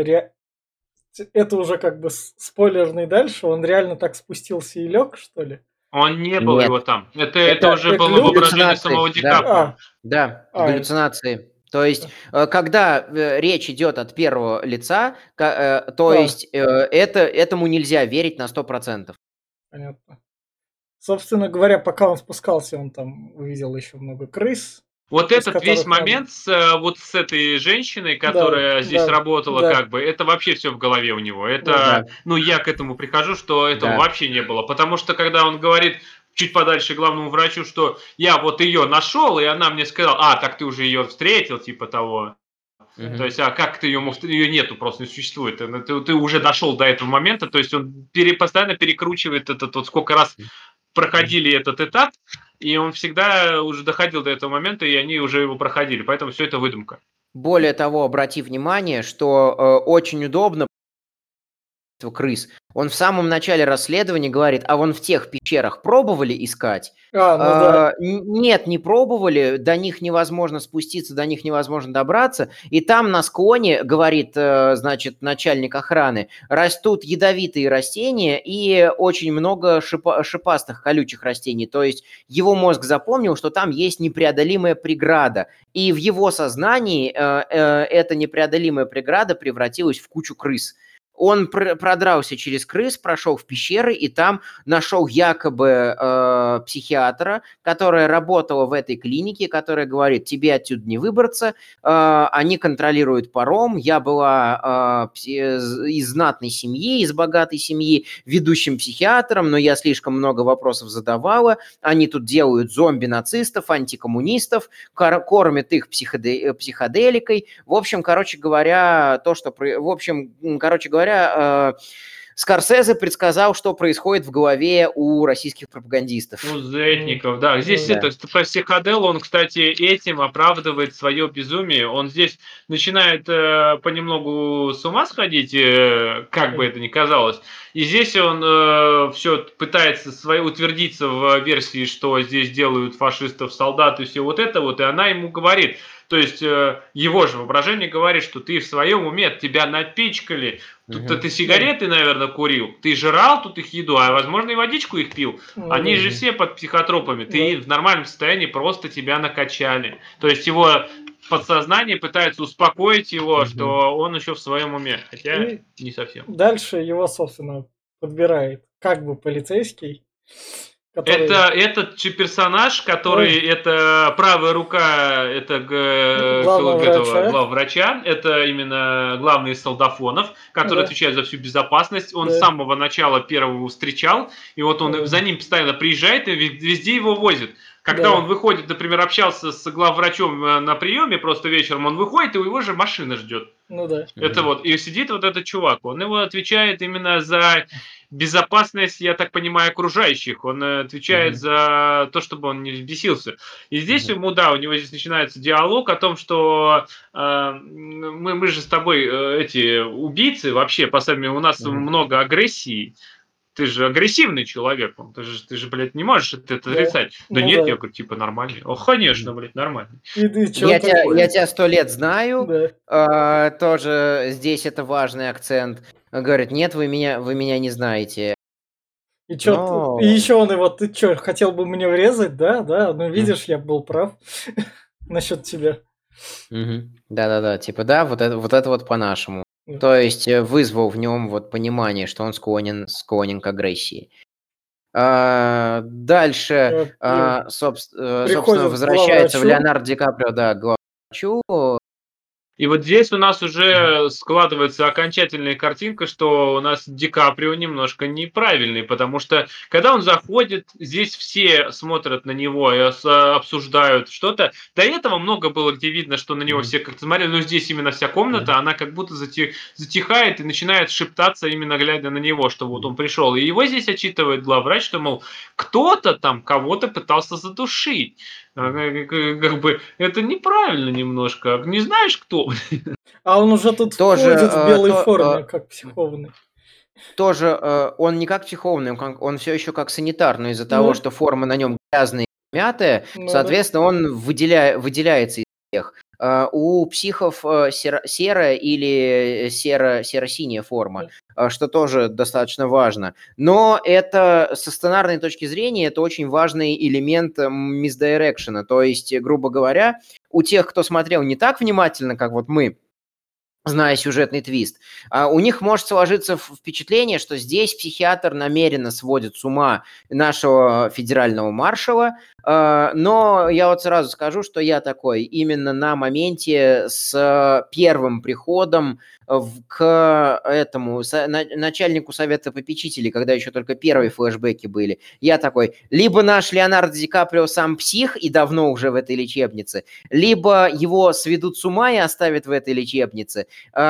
это уже как бы спойлерный дальше, он реально так спустился и лег, что ли? Он не был его там. Это уже было воображение самого Ди Каприо. Да, галлюцинации. То есть, когда речь идет от первого лица, то есть этому нельзя верить на 100%. Понятно. Собственно говоря, пока он спускался, он там увидел еще много крыс. Вот этот весь момент с этой женщиной, которая здесь работала, это вообще все в голове у него. Это, я к этому прихожу, что этого вообще не было. Потому что, когда он говорит чуть подальше главному врачу, что я вот ее нашел, и она мне сказала, так ты уже ее встретил, типа того. То есть, как ты ее нету, просто не существует. Ты уже дошел до этого момента, то есть он постоянно перекручивает этот сколько раз проходили этот этап, и он всегда уже доходил до этого момента, и они уже его проходили, поэтому все это выдумка. Более того, обрати внимание, что очень удобно крыс. Он в самом начале расследования говорит, а вон в тех пещерах пробовали искать? Нет, не пробовали, до них невозможно спуститься, до них невозможно добраться. И там на склоне, говорит, значит, начальник охраны, растут ядовитые растения и очень много шипастых колючих растений. То есть его мозг запомнил, что там есть непреодолимая преграда. И в его сознании эта непреодолимая преграда превратилась в кучу крыс. Он продрался через крыс, прошел в пещеры и там нашел якобы психиатра, которая работала в этой клинике, которая говорит, тебе отсюда не выбраться, они контролируют паром, я была из знатной семьи, из богатой семьи, ведущим психиатром, но я слишком много вопросов задавала, они тут делают зомби-нацистов, антикоммунистов, кормят их психоделикой, в общем, короче говоря, Скорсезе предсказал, что происходит в голове у российских пропагандистов. Ну, Зетников, да. Здесь Да. это, про психодел, он, кстати, этим оправдывает свое безумие. Он здесь начинает понемногу с ума сходить, как бы это ни казалось. И здесь он все пытается утвердиться в версии, что здесь делают фашистов, солдат и все вот это вот. И она ему говорит, то есть его же воображение говорит, что ты в своем уме, тебя напичкали. Тут-то ты сигареты, наверное, курил, ты жрал тут их еду, а возможно и водичку их пил. Они же все под психотропами. Ты в нормальном состоянии просто тебя накачали. То есть его подсознание пытается успокоить его, что он еще в своем уме. Хотя не совсем. Дальше его, собственно, подбирает как бы полицейский. Который... Это этот персонаж, который это правая рука главврача, это именно главный из солдафонов, который отвечает за всю безопасность. Он с самого начала первого встречал, и вот он за ним постоянно приезжает и везде его возит. Когда он выходит, например, общался с главврачом на приеме, просто вечером он выходит, и его же машина ждет. Ну да. Это вот, и сидит вот этот чувак, он его отвечает именно за безопасность, я так понимаю, окружающих, он отвечает за то, чтобы он не взбесился. И здесь ему, да, у него здесь начинается диалог о том, что мы же с тобой эти убийцы, вообще, по сути, у нас много агрессии. Ты же агрессивный человек, ты же, блядь, не можешь это отрицать. Да нет, я говорю, типа, нормальный. О, конечно, блядь, нормальный. Я тебя 100 лет знаю, тоже здесь это важный акцент. Говорит, нет, вы меня не знаете. И еще он его, ты что, хотел бы мне врезать? Да, ну видишь, я был прав насчет тебя. Да, типа, да, вот это вот по-нашему. То есть вызвал в нем вот понимание, что он склонен к агрессии. Дальше, собственно, возвращается в Леонардо Ди Каприо, да, к главврачу. И вот здесь у нас уже складывается окончательная картинка, что у нас Ди Каприо немножко неправильный, потому что когда он заходит, здесь все смотрят на него и обсуждают что-то. До этого много было, где видно, что на него все как-то смотрели, но здесь именно вся комната, она как будто затихает и начинает шептаться, именно глядя на него, что вот он пришел. И его здесь отчитывает главврач, что, мол, кто-то там кого-то пытался задушить. Как бы это неправильно немножко. Не знаешь, кто? А он уже тут ходит в белой форме, как психованный. Тоже он не как психованный, он все еще как санитар, но из-за того, что форма на нем грязная и мятая, соответственно, он выделяется из всех. У психов серая или серо-синяя форма, что тоже достаточно важно. Но это со сценарной точки зрения это очень важный элемент мисдирекшена. То есть, грубо говоря, у тех, кто смотрел не так внимательно, как вот мы, зная сюжетный твист, у них может сложиться впечатление, что здесь психиатр намеренно сводит с ума нашего федерального маршала, но я вот сразу скажу, что я такой именно на моменте с первым приходом к этому начальнику совета попечителей, когда еще только первые флешбеки были, я такой, либо наш Леонардо Ди Каприо сам псих и давно уже в этой лечебнице, либо его сведут с ума и оставят в этой лечебнице,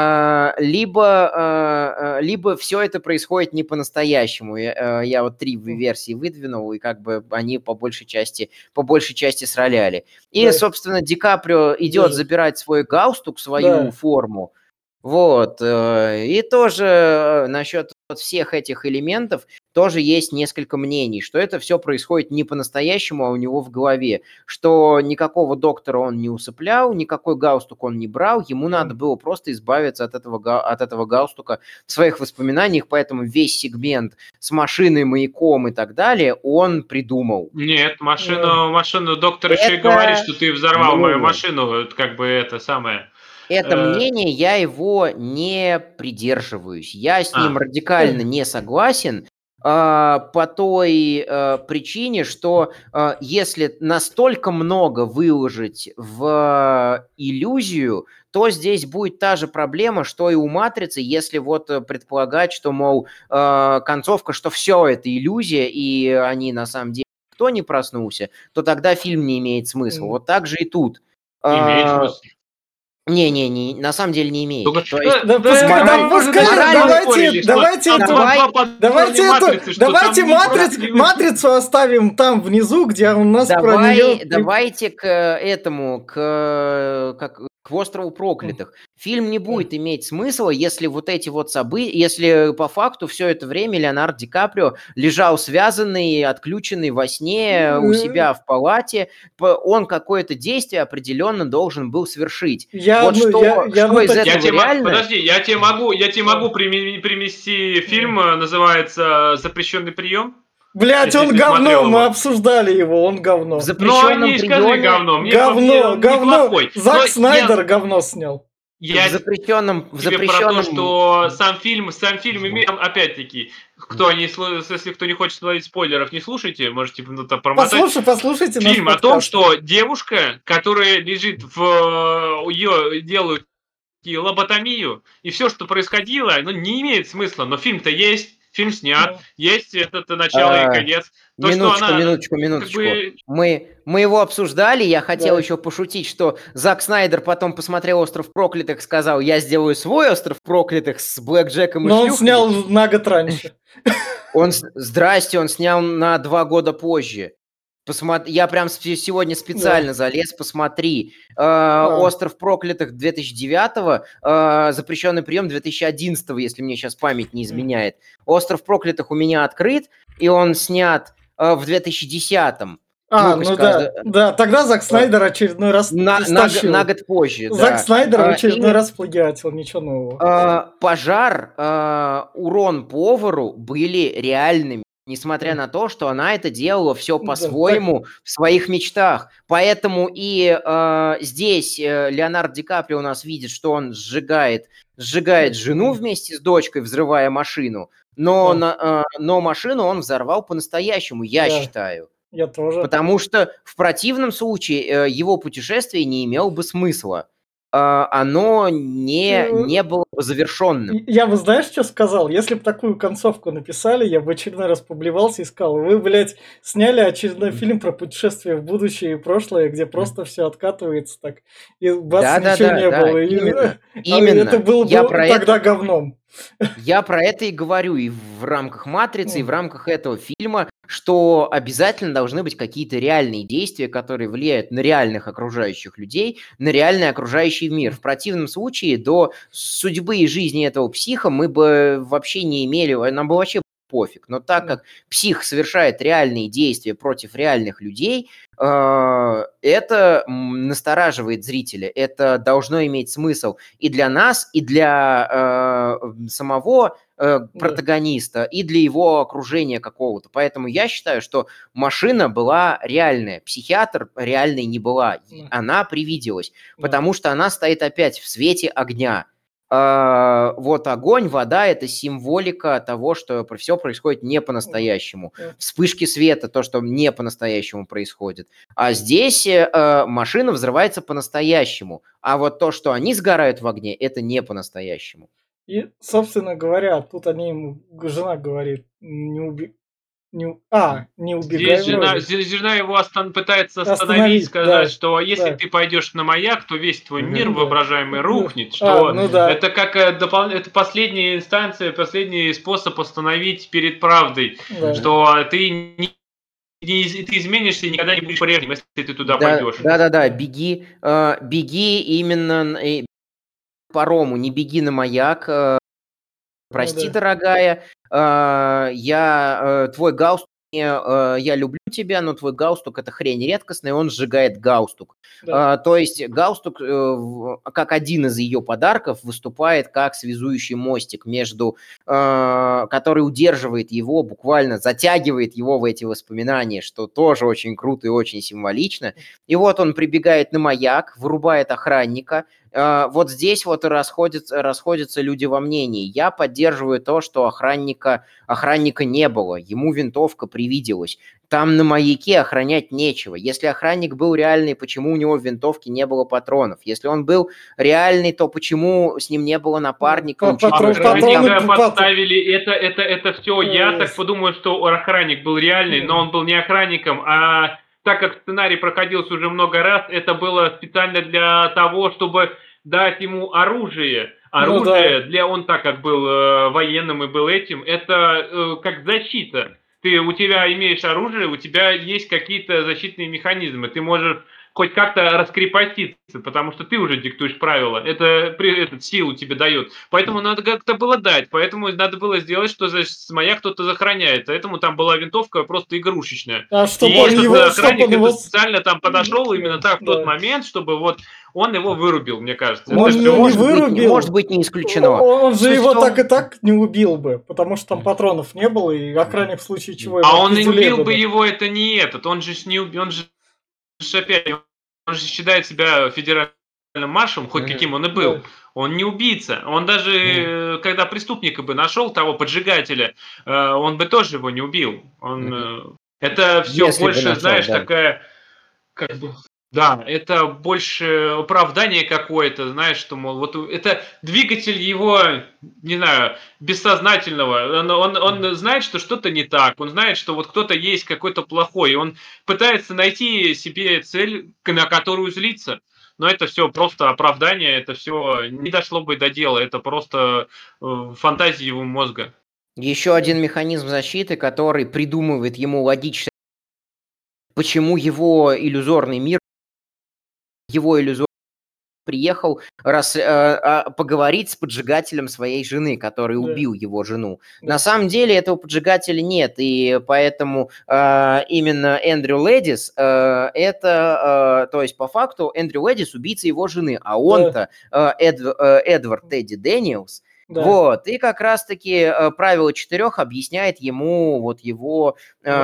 либо все это происходит не по-настоящему. Я вот 3 версии выдвинул, и как бы они по большей части сроляли. И, собственно, Ди Каприо идет забирать свой галстук, свою форму. Вот. И тоже насчет всех этих элементов тоже есть несколько мнений, что это все происходит не по-настоящему, а у него в голове, что никакого доктора он не усыплял, никакой галстук он не брал, ему надо было просто избавиться от этого галстука в своих воспоминаниях, поэтому весь сегмент с машиной, маяком и так далее он придумал. Нет, машину доктор еще и говорит, что ты взорвал мою машину, как бы это самое... Это мнение, я его не придерживаюсь. Я с ним радикально не согласен по той причине, что если настолько много выложить в иллюзию, то здесь будет та же проблема, что и у «Матрицы», если вот предполагать, что, мол, концовка, что все это иллюзия, и они на самом деле никто не проснулся, то тогда фильм не имеет смысла. Вот так же и тут. Имеет смысл. Не, на самом деле не имеет. Только- То есть, Да пускай, мораль- давайте, давайте матрицу оставим там внизу, где у нас про нее... Давайте к этому, к острову проклятых. Фильм не будет иметь смысла, если вот эти вот события, если по факту все это время Леонардо Ди Каприо лежал связанный, отключенный во сне у себя в палате, он какое-то действие определенно должен был совершить. Что из этого реально? Подожди, я тебе могу привести фильм, называется «Запрещенный прием». Блять, он говно, мы обсуждали его, он говно. В запрещенном приеме... Говно. Зак Снайдер говно снял. Я в запрещенном... про то, что сам фильм имеет, опять-таки, если кто не хочет ловить спойлеров, не слушайте, можете промотать. Послушайте фильм о том, что девушка, которая лежит ее делают лоботомию, и все, что происходило, не имеет смысла, но фильм-то есть. Фильм снят, есть это начало и конец. Минуточку. Мы его обсуждали, я хотел еще пошутить, что Зак Снайдер потом посмотрел «Остров проклятых», сказал, я сделаю свой «Остров проклятых» с Блэк Джеком и шлюхами. Но он снял на год раньше. Он снял на 2 года позже. Я прям сегодня специально залез, посмотри. «Остров проклятых» 2009-го, «Запрещенный прием» 2011-го, если мне сейчас память не изменяет. «Остров проклятых» у меня открыт, и он снят в 2010-м. Тогда Зак Снайдер очередной раз на год позже. Зак Снайдер в очередной раз плагиатил, ничего нового. Пожар, урон повару были реальными. Несмотря на то, что она это делала все по-своему в своих мечтах. Поэтому и здесь Леонардо Ди Каприо у нас видит, что он сжигает жену вместе с дочкой, взрывая машину. Но машину он взорвал по-настоящему, я считаю. Я тоже. Потому что в противном случае его путешествие не имело бы смысла. Оно не было бы завершенным. Я бы, знаешь, что сказал? Если бы такую концовку написали, я бы очередной раз поблевался и сказал, вы, блядь, сняли очередной фильм про путешествие в будущее и прошлое, где просто все откатывается так, и бац, ничего не было. Именно. Это было бы тогда говном. Я про это и говорю и в рамках «Матрицы», и в рамках этого фильма, что обязательно должны быть какие-то реальные действия, которые влияют на реальных окружающих людей, на реальный окружающий мир. В противном случае до судьбы и жизни этого психа мы бы вообще не имели, нам бы вообще пофиг. Но так как псих совершает реальные действия против реальных людей, это настораживает зрителя. Это должно иметь смысл и для нас, и для самого протагониста, и для его окружения какого-то. Поэтому я считаю, что машина была реальная. Психиатр реальной не была. Она привиделась. Потому что она стоит опять в свете огня. Вот огонь, вода – это символика того, что все происходит не по-настоящему. Вспышки света – то, что не по-настоящему происходит. А здесь машина взрывается по-настоящему. А вот то, что они сгорают в огне – это не по-настоящему. И, собственно говоря, тут жена говорит, не убегай. Здесь жена его пытается остановить, сказать, что если ты пойдешь на маяк, то весь твой мир воображаемый рухнет. Что это как это последняя инстанция, последний способ остановить перед правдой. Что ты изменишься и никогда не будешь прежним, если ты туда пойдешь. Да, беги именно парому, не беги на маяк. Прости, дорогая, твой галстук, я люблю тебя, но твой галстук – это хрень редкостная, он сжигает галстук. То есть галстук, как один из ее подарков, выступает как связующий мостик, который удерживает его, буквально затягивает его в эти воспоминания, что тоже очень круто и очень символично. И вот он прибегает на маяк, вырубает охранника. Вот здесь вот и расходятся люди во мнении. Я поддерживаю то, что охранника не было, ему винтовка привиделась. Там на маяке охранять нечего. Если охранник был реальный, почему у него в винтовке не было патронов? Если он был реальный, то почему с ним не было напарника? Охранника подставили, это все. Я так подумаю, что охранник был реальный, но он был не охранником, а так как сценарий проходился уже много раз, это было специально для того, чтобы дать ему оружие. Ну Оружие, он так как был военным и был этим, это как защита. У тебя имеешь оружие, у тебя есть какие-то защитные механизмы. Ты можешь хоть как-то раскрепоститься, потому что ты уже диктуешь правила. Этот силу тебе дает. Поэтому надо как-то было дать. Поэтому надо было сделать, что маяк кто-то захороняет. Поэтому там была винтовка просто игрушечная. А И чтобы он этот его, охранник чтобы он его... специально там подошел именно так в тот Да. момент, чтобы вот он его вырубил, мне кажется. Он Это не все. вырубил. Может быть, не исключено. Он же Суть его в том- так и так не убил бы, потому что там патронов не было, и охранник в случае чего его А он и определил убил бы бы. его, это не этот. Он же не убил, он же опять, он же считает себя федеральным маршалом, хоть каким он и был. Да. Он не убийца. Он даже, когда преступника бы нашел, того поджигателя, он бы тоже его не убил. Это все Если бы больше, нашел, знаешь, да. такая, как бы, да, это больше оправдание какое-то, знаешь, что, мол, вот это двигатель его, не знаю, бессознательного. Он знает, что что-то не так, он знает, что вот кто-то есть какой-то плохой, и он пытается найти себе цель, на которую злиться. Но это все просто оправдание, это все не дошло бы до дела, это просто фантазии его мозга. Еще один механизм защиты, который придумывает ему логично, почему его иллюзорный мир, его иллюзорный приехал поговорить с поджигателем своей жены, который убил его жену. Да. На самом деле этого поджигателя нет, и поэтому именно Эндрю Лэдис, то есть по факту Эндрю Лэдис убийца его жены, а он-то Эдвард Тедди Дэниелс. Да. Вот, и как раз-таки правило 4 объясняет ему вот его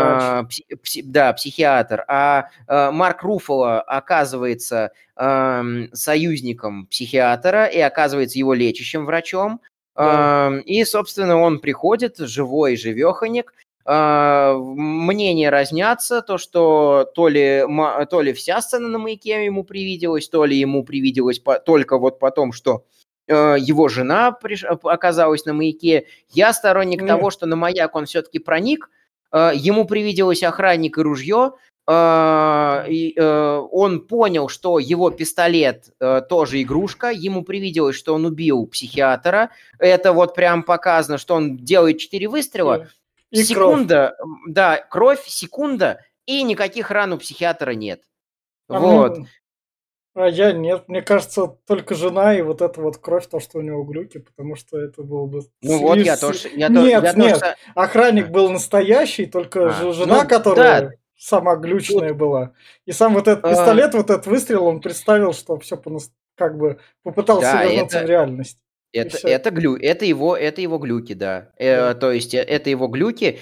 психиатр. А Марк Руффало оказывается союзником психиатра и оказывается его лечащим врачом. И, собственно, он приходит, живой живеханик. Мнения разнятся, то, что то ли вся сцена на маяке ему привиделась, то ли ему привиделось только вот потом, что его жена оказалась на маяке. Я сторонник того, что на маяк он все-таки проник, ему привиделось охранник и ружье, он понял, что его пистолет тоже игрушка, ему привиделось, что он убил психиатра, это вот прям показано, что он делает 4 выстрела, и секунда, кровь, секунда, и никаких ран у психиатра нет. Вот. Я нет, мне кажется, только жена и вот эта вот кровь, то, что у него глюки, потому что это было бы... Ну вот, я тоже... Нет, охранник был настоящий, только жена, которая сама глючная была. И сам вот этот пистолет, вот этот выстрел, он представил, что все как бы попытался вернуться в реальность. Это его глюки, да. То есть это его глюки.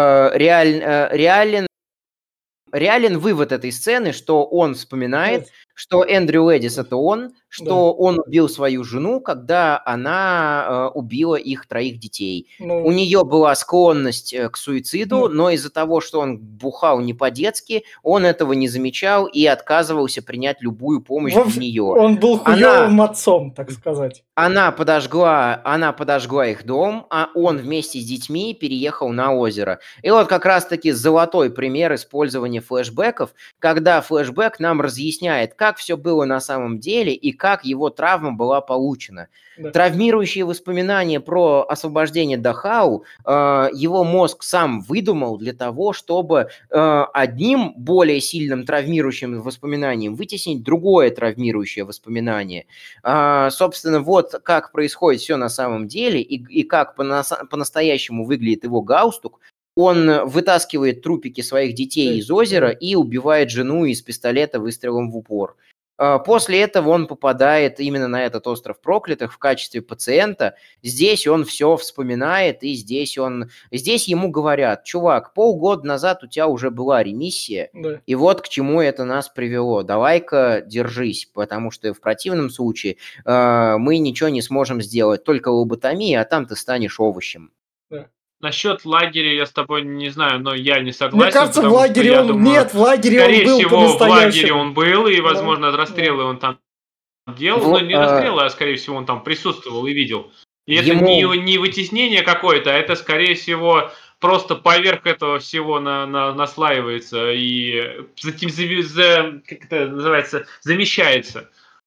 Реален вывод этой сцены, что он вспоминает, что Эндрю Лэдис это он, что он убил свою жену, когда она убила их 3 детей. У нее была склонность к суициду, но из-за того, что он бухал не по-детски, он этого не замечал и отказывался принять любую помощь для нее. Он был хуёвым отцом, так сказать. Она подожгла их дом, а он вместе с детьми переехал на озеро. И вот как раз-таки золотой пример использования флешбеков, когда флешбэк нам разъясняет, как все было на самом деле и как его травма была получена. Да. Травмирующие воспоминания про освобождение Дахау его мозг сам выдумал для того, чтобы одним более сильным травмирующим воспоминанием вытеснить другое травмирующее воспоминание. Собственно, вот как происходит все на самом деле и как по-настоящему выглядит его галстук. Он вытаскивает трупики своих детей из озера и убивает жену из пистолета выстрелом в упор. После этого он попадает именно на этот остров проклятых в качестве пациента. Здесь он все вспоминает, и здесь ему говорят: чувак, полгода назад у тебя уже была ремиссия, и вот к чему это нас привело. Давай-ка держись, потому что в противном случае мы ничего не сможем сделать, только лоботомия, а там ты станешь овощем. Насчет лагеря я с тобой не знаю, но я не согласен. Мне кажется, в лагере он... Нет, в лагере он был по-настоящему. Скорее всего, в лагере он был, и, возможно, расстрелы он там делал. Ну, не расстрелы, а, скорее всего, он там присутствовал и видел. И это не вытеснение какое-то, а это, скорее всего, просто поверх этого всего наслаивается и затем, как это называется, замещается.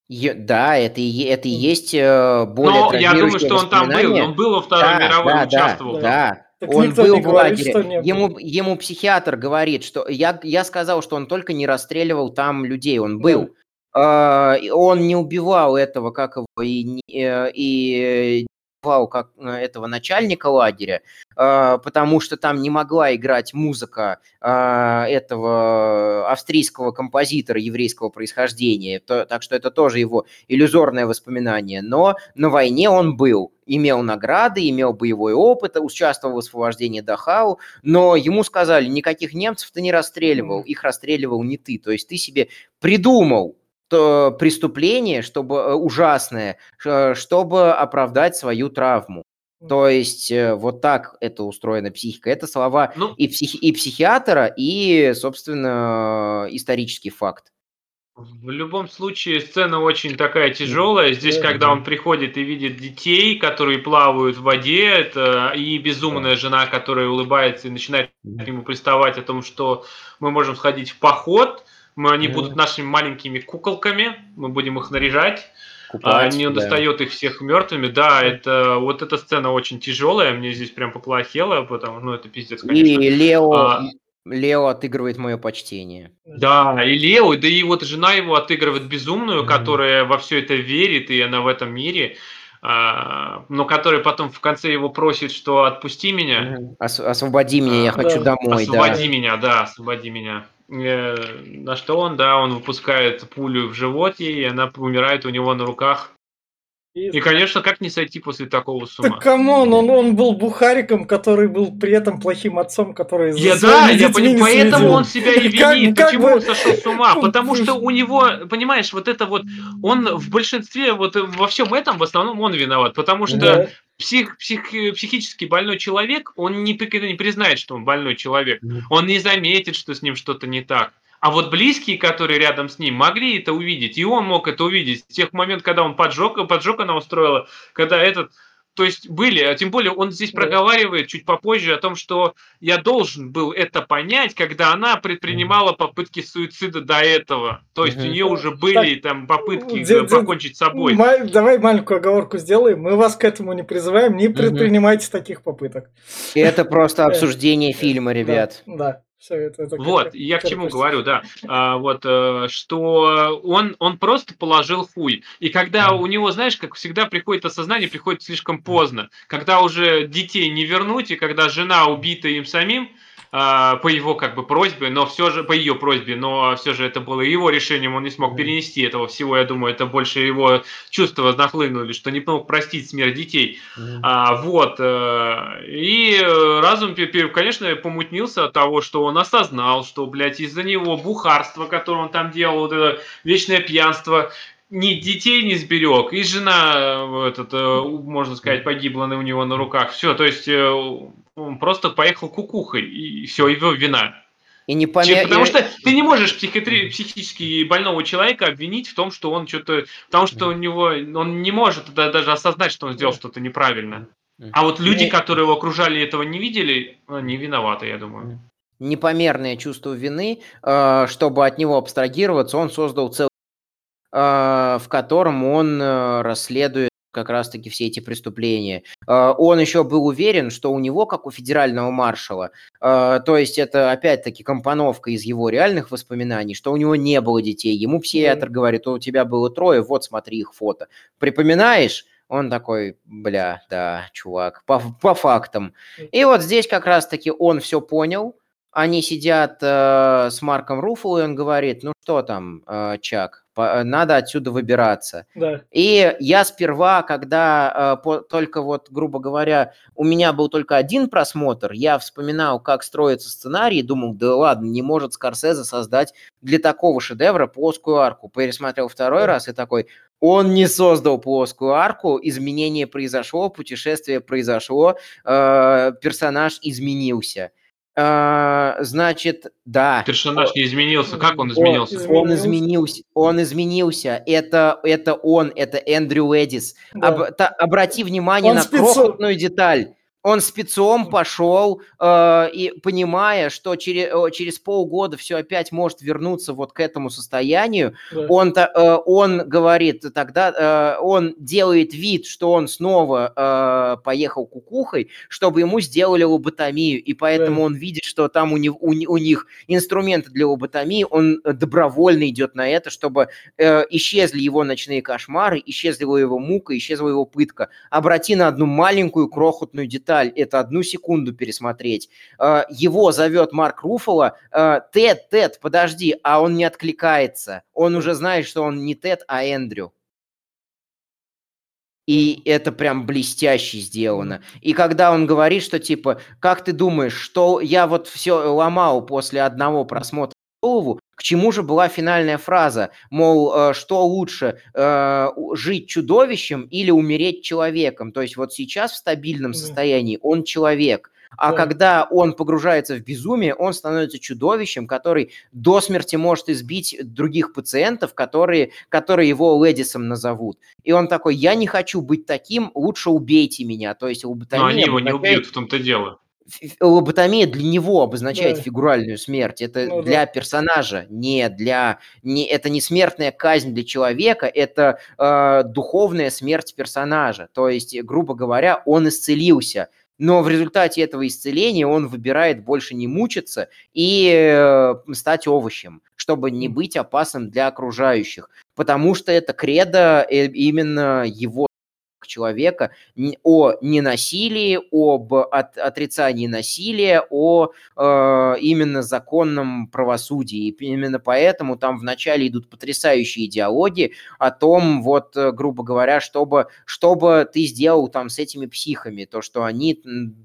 Да, это и есть более Но я думаю, травмирующее что он там был. воспоминание. Он был во Второй Да, мировой, да, да, участвовал там. да. Так Он никто не был в говорит, что лагере. не был. Ему психиатр говорит, что я сказал, что он только не расстреливал там людей, он Да. был. И он не убивал этого, как его, и не убивал как этого начальника лагеря, потому что там не могла играть музыка этого австрийского композитора еврейского происхождения. Так что это тоже его иллюзорное воспоминание. Но на войне он был, имел награды, имел боевой опыт, участвовал в освобождении Дахау, но ему сказали, никаких немцев ты не расстреливал, их расстреливал не ты. То есть ты себе придумал преступление, чтобы ужасное, чтобы оправдать свою травму. То есть вот так это устроена психика. Это слова Ну, и психиатра, и, собственно, исторический факт. в любом случае, сцена очень такая тяжелая. Здесь, Да. когда он приходит и видит детей, которые плавают в воде, это и безумная жена, которая улыбается и начинает к нему приставать о том, что мы можем сходить в поход, они будут нашими маленькими куколками, мы будем их наряжать. Купать, Он да. достает их всех мертвыми. Да, это вот эта сцена очень тяжелая, мне здесь прям поплохело, потому ну это пиздец, конечно. И Лео отыгрывает мое почтение. Да, и Лео, да и вот жена его отыгрывает безумную, которая во все это верит, и она в этом мире, но которая потом в конце его просит, что отпусти меня. Освободи меня, я хочу Да. домой, Освободи меня, да, освободи меня. На что он выпускает пулю в живот ей, и она умирает у него на руках. И, конечно, как не сойти после такого с ума? Так камон, он был бухариком, который был при этом плохим отцом, который за Я своими я детьми не поэтому следил. он себя и Как- винит. как Почему бы- он сошел с ума? Потому что у него, понимаешь, вот это вот, он в большинстве, вот во всем этом, в основном он виноват. Потому что Да. психически больной человек, он никогда не признает, что он больной человек. Он не заметит, что с ним что-то не так. А вот близкие, которые рядом с ним, могли это увидеть. И он мог это увидеть. С тех моментов, когда он поджог она устроила, когда этот... То есть были, а тем более он здесь проговаривает чуть попозже о том, что я должен был это понять, когда она предпринимала попытки суицида до этого. То есть у нее уже были там попытки покончить с собой. Давай маленькую оговорку сделаем. Мы вас к этому не призываем, не предпринимайте таких попыток. Это просто обсуждение фильма, ребят. Да. Все это Вот, я к чему говорю, да, что он просто положил хуй. И когда у него, знаешь, как всегда приходит осознание, приходит слишком поздно. Когда уже детей не вернуть, и когда жена убита им самим, по его как бы просьбе, но все же по ее просьбе, но все же это было его решением, он не смог перенести этого всего, я думаю, это больше его чувства нахлынули, что не мог простить смерть детей. И разум, конечно, помутнился от того, что он осознал, что, блядь, из-за него бухарство, которое он там делал, вот это вечное пьянство, ни детей не сберег, и жена, можно сказать, погибла у него на руках. Все, то есть он просто поехал кукухой, и все, его вина. Потому что ты не можешь психически больного человека обвинить в том, что он что-то... Потому что он не может даже осознать, что он сделал что-то неправильно. А вот люди, которые его окружали, этого не видели, они виноваты, я думаю. Непомерное чувство вины, чтобы от него абстрагироваться, он создал целый в котором он расследует как раз-таки все эти преступления. Он еще был уверен, что у него, как у федерального маршала, то есть это опять-таки компоновка из его реальных воспоминаний, что у него не было детей. Ему психиатр говорит, у тебя было 3, вот смотри их фото. Припоминаешь? Он такой, бля, да, чувак, по фактам. И вот здесь как раз-таки он все понял. Они сидят с Марком Руффало, и он говорит, ну что там, Чак, надо отсюда выбираться. Да. И я сперва, когда только вот, грубо говоря, у меня был только один просмотр, я вспоминал, как строится сценарий, и думал, да ладно, не может Скорсезе создать для такого шедевра плоскую арку. Пересмотрел второй раз и такой, он не создал плоскую арку, изменение произошло, путешествие произошло, персонаж изменился. Значит, да. Персонаж не изменился. Как он изменился? Он изменился. Это Эндрю Эддис. Да. Обрати внимание на крохотную деталь. Он спецом пошел, и понимая, что через полгода все опять может вернуться вот к этому состоянию, Да. он говорит тогда, он делает вид, что он снова поехал кукухой, чтобы ему сделали лоботомию, и поэтому Да. он видит, что там у них инструменты для лоботомии, он добровольно идет на это, чтобы исчезли его ночные кошмары, исчезла его мука, исчезла его пытка. Обрати на одну маленькую крохотную деталь, это 1 секунду пересмотреть. Его зовет Марк Руффало, Тед, подожди, а он не откликается. Он уже знает, что он не Тед, а Эндрю. И это прям блестяще сделано. И когда он говорит, что типа, как ты думаешь, что я вот все ломал после одного просмотра голову, к чему же была финальная фраза? Мол, что лучше, жить чудовищем или умереть человеком? То есть вот сейчас в стабильном состоянии он человек. А Да. когда он погружается в безумие, он становится чудовищем, который до смерти может избить других пациентов, которые его Лэдисом назовут. И он такой, я не хочу быть таким, лучше убейте меня. То есть Но они лоботомия его не обозначает... убьют, в том-то дело. Лоботомия для него обозначает Да. фигуральную смерть. Это Ну для да. персонажа, это не смертная казнь для человека, это духовная смерть персонажа. То есть, грубо говоря, он исцелился, но в результате этого исцеления он выбирает больше не мучиться и стать овощем, чтобы не быть опасным для окружающих. Потому что это кредо именно его человека о ненасилии, об отрицании насилия, о именно законном правосудии. И именно поэтому там вначале идут потрясающие диалоги о том, вот, грубо говоря, что бы ты сделал там с этими психами, то, что они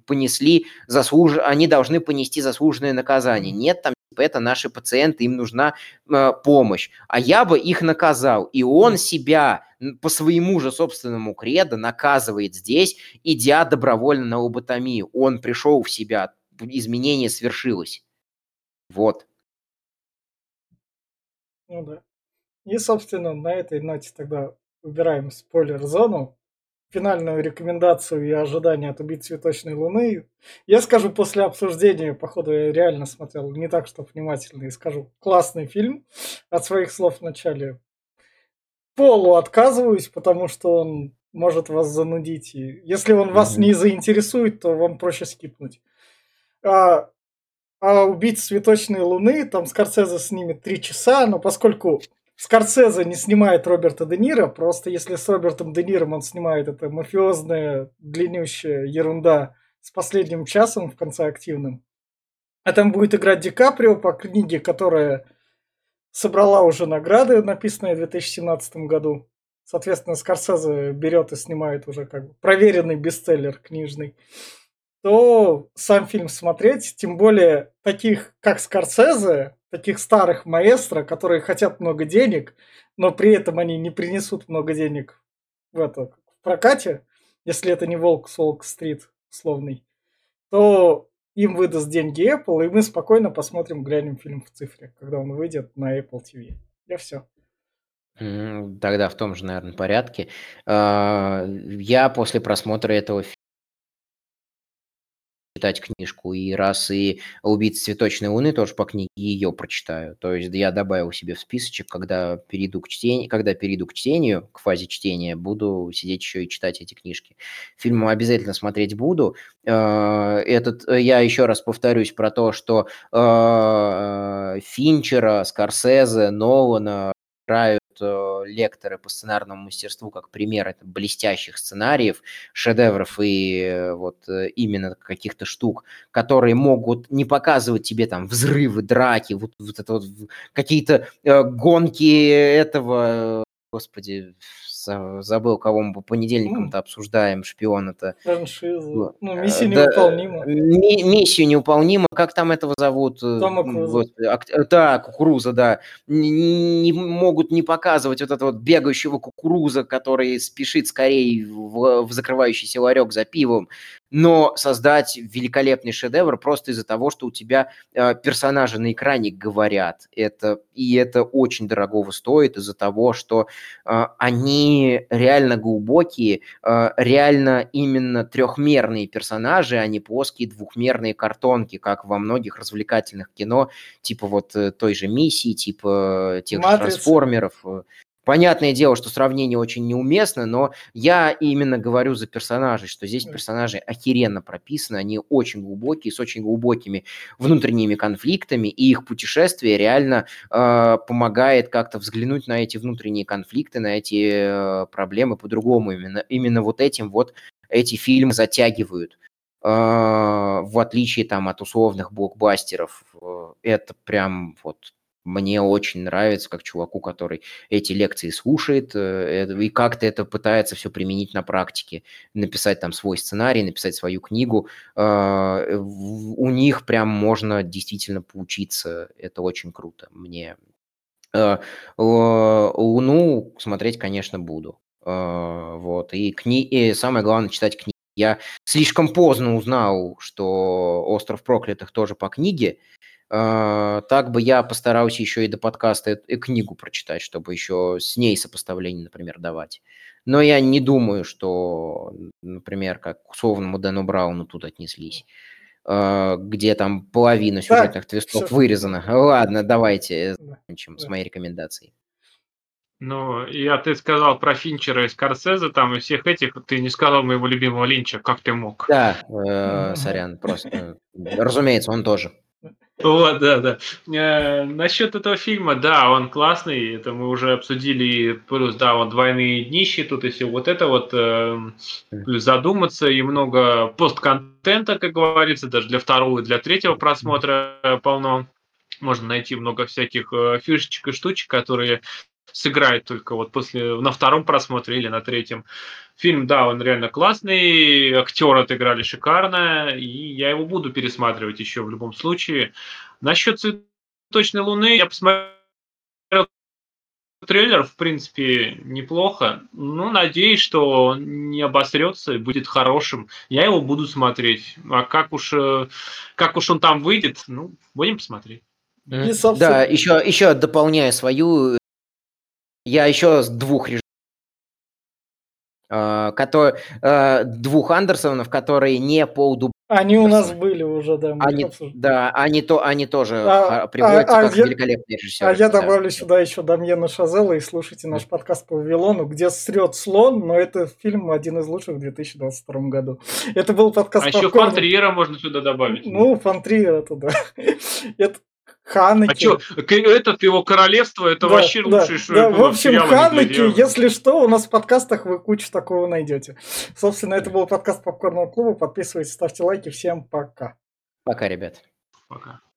они должны понести заслуженное наказание. Нет, там это наши пациенты, им нужна помощь. А я бы их наказал. И он себя по своему же собственному кредо наказывает здесь, идя добровольно на лоботомию. Он пришел в себя, изменение свершилось. Вот. Ну да. И, собственно, на этой ноте тогда убираем спойлер-зону. Финальную рекомендацию и ожидания от «Убить цветочной луны». Я скажу после обсуждения, походу я реально смотрел, не так, что внимательно, и скажу, классный фильм. От своих слов в начале полу отказываюсь, потому что он может вас занудить. И если он вас не заинтересует, то вам проще скипнуть. А «Убить цветочной луны», там Скорсезе снимет 3 часа, но поскольку Скорсезе не снимает Роберта Де Ниро, просто если с Робертом Де Ниро он снимает это мафиозная, длиннющая ерунда с последним часом в конце активным, а там будет играть Ди Каприо по книге, которая собрала уже награды, написанные в 2017 году. Соответственно, Скорсезе берет и снимает уже как бы проверенный бестселлер книжный. То сам фильм смотреть, тем более таких, как Скорсезе, таких старых маэстро, которые хотят много денег, но при этом они не принесут много денег в прокате, если это не «Волк с Уолл-стрит» условный, то им выдаст деньги Apple, и мы спокойно посмотрим, глянем фильм в цифре, когда он выйдет на Apple TV. И все. Тогда в том же, наверное, порядке. Я после просмотра этого фильма читать книжку, и раз и «Убийца цветочной луны» тоже по книге ее прочитаю. То есть я добавил себе в списочек, когда перейду к чтению, к фазе чтения, буду сидеть еще и читать эти книжки. Фильм обязательно смотреть буду. Я еще раз повторюсь про то, что Финчера, Скорсезе, Нолана играют лекторы по сценарному мастерству как пример это блестящих сценариев, шедевров и вот именно каких-то штук, которые могут не показывать тебе там взрывы, драки, вот это вот какие-то гонки этого, господи, забыл, кого мы по понедельникам-то обсуждаем, шпиона-то. Франшизу. «Миссия Да, невыполнима». «Миссию невыполнима». Как там этого зовут? Тома Круза. Господи, да, Кукуруза, да. Не могут не показывать вот этого вот бегающего кукуруза, который спешит скорее в закрывающийся ларек за пивом. но создать великолепный шедевр просто из-за того, что у тебя персонажи на экране говорят. Это очень дорогого стоит из-за того, что они реально глубокие, реально именно трехмерные персонажи, а не плоские двухмерные картонки, как во многих развлекательных кино, типа вот той же «Миссии», типа тех же «Матрицы». «Трансформеров». Понятное дело, что сравнение очень неуместно, но я именно говорю за персонажей, что здесь персонажи охеренно прописаны, они очень глубокие, с очень глубокими внутренними конфликтами, и их путешествие реально помогает как-то взглянуть на эти внутренние конфликты, на эти проблемы по-другому. Именно вот этим вот эти фильмы затягивают. В отличие там от условных блокбастеров. Это прям вот мне очень нравится, как чуваку, который эти лекции слушает и как-то это пытается все применить на практике. Написать там свой сценарий, написать свою книгу. У них прям можно действительно поучиться. Это очень круто. Мне «Луну» смотреть, конечно, буду. Вот. И самое главное, читать книги. Я слишком поздно узнал, что «Остров проклятых» тоже по книге. Так бы я постарался еще и до подкаста и книгу прочитать, чтобы еще с ней сопоставление, например, давать. Но я не думаю, что, например, как к условному Дэну Брауну тут отнеслись, где там половина сюжетных твистов вырезана. Ладно, давайте закончим с моей рекомендацией. Ну, ты сказал про Финчера и Скорсезе, там, и всех этих, ты не сказал моего любимого Линча, как ты мог? Да, сорян, просто, разумеется, он тоже. Вот, да. Насчет этого фильма, да, он классный, это мы уже обсудили, плюс, да, вот «Двойные днищи», тут и все вот это вот, плюс задуматься, и много постконтента, как говорится, даже для второго и для третьего просмотра полно. Можно найти много всяких фишечек и штучек, которые сыграет только вот на втором просмотре или на третьем. Фильм, да, он реально классный, актеры отыграли шикарно, и я его буду пересматривать еще в любом случае. Насчет «Цветочной луны» я посмотрел трейлер, в принципе, неплохо. Ну, надеюсь, что он не обосрется и будет хорошим. Я его буду смотреть. А как уж он там выйдет, будем посмотреть. Да, еще дополняя свою, я еще с двух двух Андерсонов, которые не Пол Дуб. Они у нас были уже, да. Они тоже приводятся как великолепные режиссеры. А я добавлю сюда еще Дамьена Шазела, и слушайте наш подкаст по «Вавилону», где срет слон, но это фильм один из лучших в 2022 году. Это был подкаст еще фон Триера можно сюда добавить. Ну, фон Триера туда. Это Ханеке. А что, этот его королевство, это вообще лучшее, что да. было. В общем, Ханеке, если что, у нас в подкастах вы кучу такого найдете. Собственно, это был подкаст Попкорного клуба. Подписывайтесь, ставьте лайки. Всем пока. Пока, ребят. Пока.